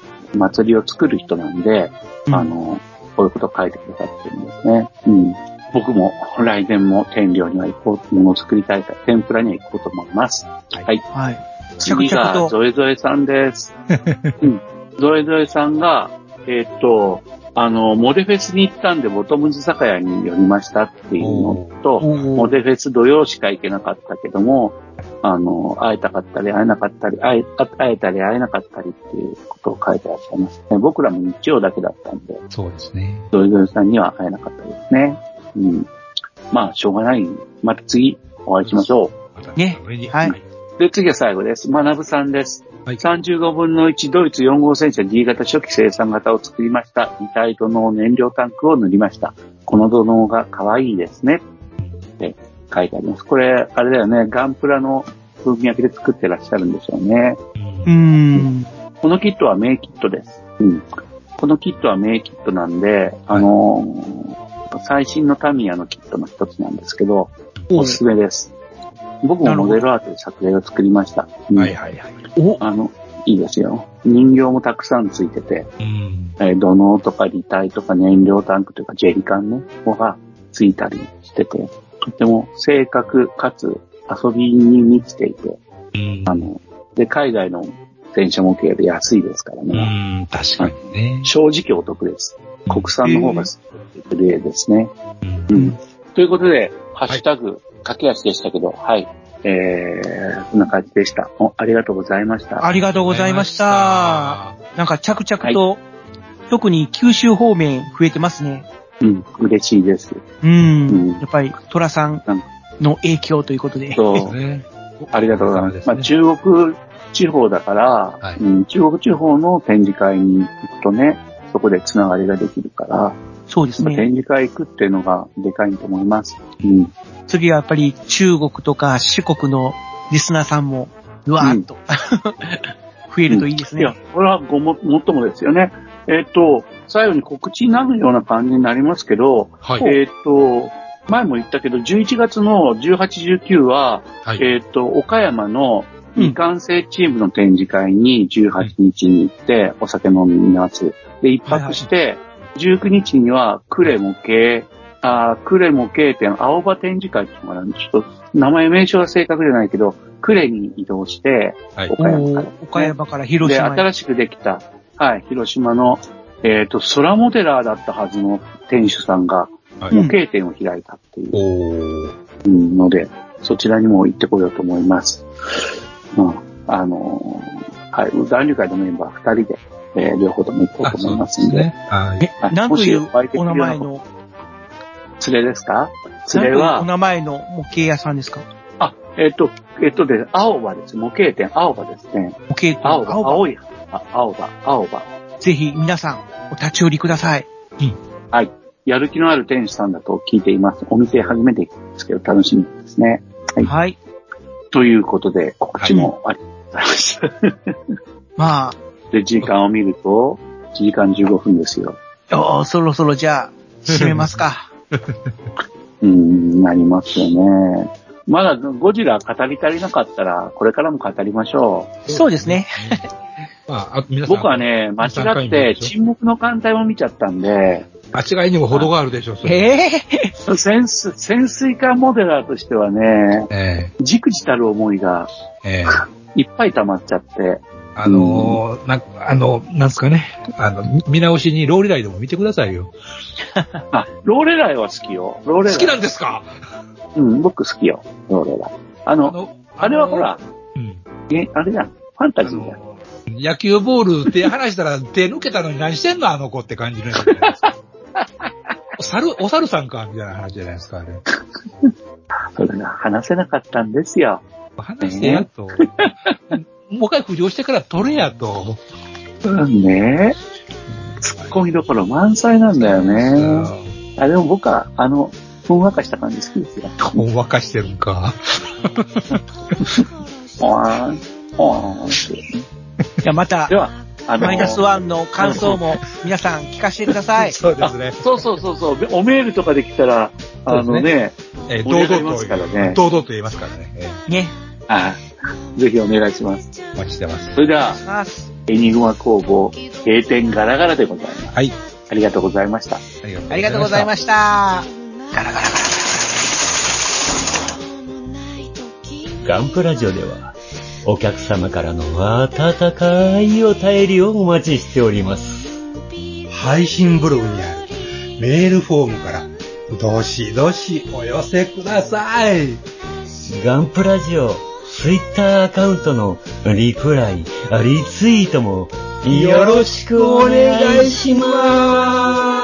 祭りを作る人なんで、こういうことを書いてくださってるんですね。 僕も来年も天領には行こう、ものを作りたいから、天ぷらには行こうと思います。はい。はい。次が、ゾエゾエさんです。うん。ゾエゾエさんが、モデフェスに行ったんで、ボトムズ酒屋に寄りましたっていうのと、モデフェス土曜しか行けなかったけども、会えたかったり会えなかったり、会えたり会えなかったりっていうことを書いてらっしゃいますね。僕らも日曜だけだったんで。 そうですね。 ゾエゾエさんには会えなかったですね。うん。まあ、しょうがない。また次、お会いしましょう。ね。 はい。で、次は最後です。学さんです。はい、35分の1ドイツ4号戦車 D 型初期生産型を作りました。2体土の燃料タンクを塗りました。この土のが可愛いですね。って書いてあります。これ、あれだよね。ガンプラの風味焼きで作ってらっしゃるんでしょうね。このキットは名キットです。うん。このキットは名キットなんで、最新のタミヤのキットの一つなんですけど、おすすめです。僕もモデルアートで作例を作りました。 はいはいはい。 いいですよ。人形もたくさんついてて、土のうとか履帯とか燃料タンクというかジェリカンね、がついたりしてて、とても正確かつ遊びに満ちていて、で、海外の戦車模型で安いですからね。 確かにね。 正直お得です。国産の方が例ですね。ということで、ハッシュタグ、駆け足でしたけど、はい。こんな感じでした。ありがとうございました。 ありがとうございました。なんか着々と、はい、特に九州方面増えてますね。 うん、嬉しいです。 やっぱりトラさんの影響ということで。 そう。ありがとうございます。まあ、中国地方だから、はい、中国地方の展示会に行くとね、そこでつながりができるから、 そうですね。 展示会行くっていうのがでかいと思います。 次はやっぱり中国とか四国のリスナーさんも、うわーっと、増えるといいですね。 いや、これはもっともですよね。最後に告知になるような感じになりますけど、はい、前も言ったけど、11月の18、19は、はい、岡山の未完成チームの展示会に18日に行ってお酒飲みます。で、一泊して、19日には呉模型店青葉展示会っていうのがちょっと名前名称は正確じゃないけど、呉に移動して、はい、 岡山から広島で、新しくできた、はい、広島の、空モデラーだったはずの店主さんが、模型店を開いたっていうので、そちらにも行ってこようと思います。はい、男女会のメンバー2人で、両方とも行こうと思いますんで。 何というお名前の連れですか？連れは。 お名前の模型屋さんですか？ 青葉です。模型店、青葉ですね。 模型店、青葉。 ぜひ皆さん、お立ち寄りください。 はい。やる気のある店主さんだと聞いています。お店初めて行くんですけど、楽しみですね。 はい。 ということで、告知もありがとうございました。 まあ。 で、時間を見ると、1時間15分ですよ。 そろそろじゃあ、締めますか。 なりますよね。まだゴジラ語り足りなかったら、これからも語りましょう。そうですね。 僕はね、間違って沈黙の艦隊も見ちゃったんで。 間違いにも程があるでしょ、それ。潜水艦モデラーとしてはね、じくじたる思いが、いっぱい溜まっちゃって。 なんすかね。見直しにローレライでも見てくださいよ。 ローレライは好きよ。 好きなんですか？ 僕好きよ。ローレライ。あれはほら、あれじゃん。ファンタジーじゃん。 野球ボール手離したら手抜けたのに何してんのあの子って感じのやつじゃないですか。お猿さんかみたいな話じゃないですか、あれ。 それが話せなかったんですよ。 話してやと。もう一回浮上してから撮れやと。 ねえ。ツッコミどころ満載なんだよね。でも僕は、ほんわかした感じ好きですよ。 ほんわかしてるんか。 じゃあまた、では、マイナスワンの感想も皆さん聞かせてください。 そうですね。 そう。おメールとかできたら、堂々と言いますからね。 ね。 ぜひお願いします。 お待ちしてます。 それでは、エニグマ工房閉店ガラガラでございます。 はい。 ありがとうございました。 ありがとうございました。 ガラガラガラ。 ガンプラジオでは、お客様からの温かいお便りをお待ちしております。 配信ブログにあるメールフォームから、どしどしお寄せください。 ガンプラジオ、ツイッターアカウントのリプライ、リツイートもよろしくお願いします。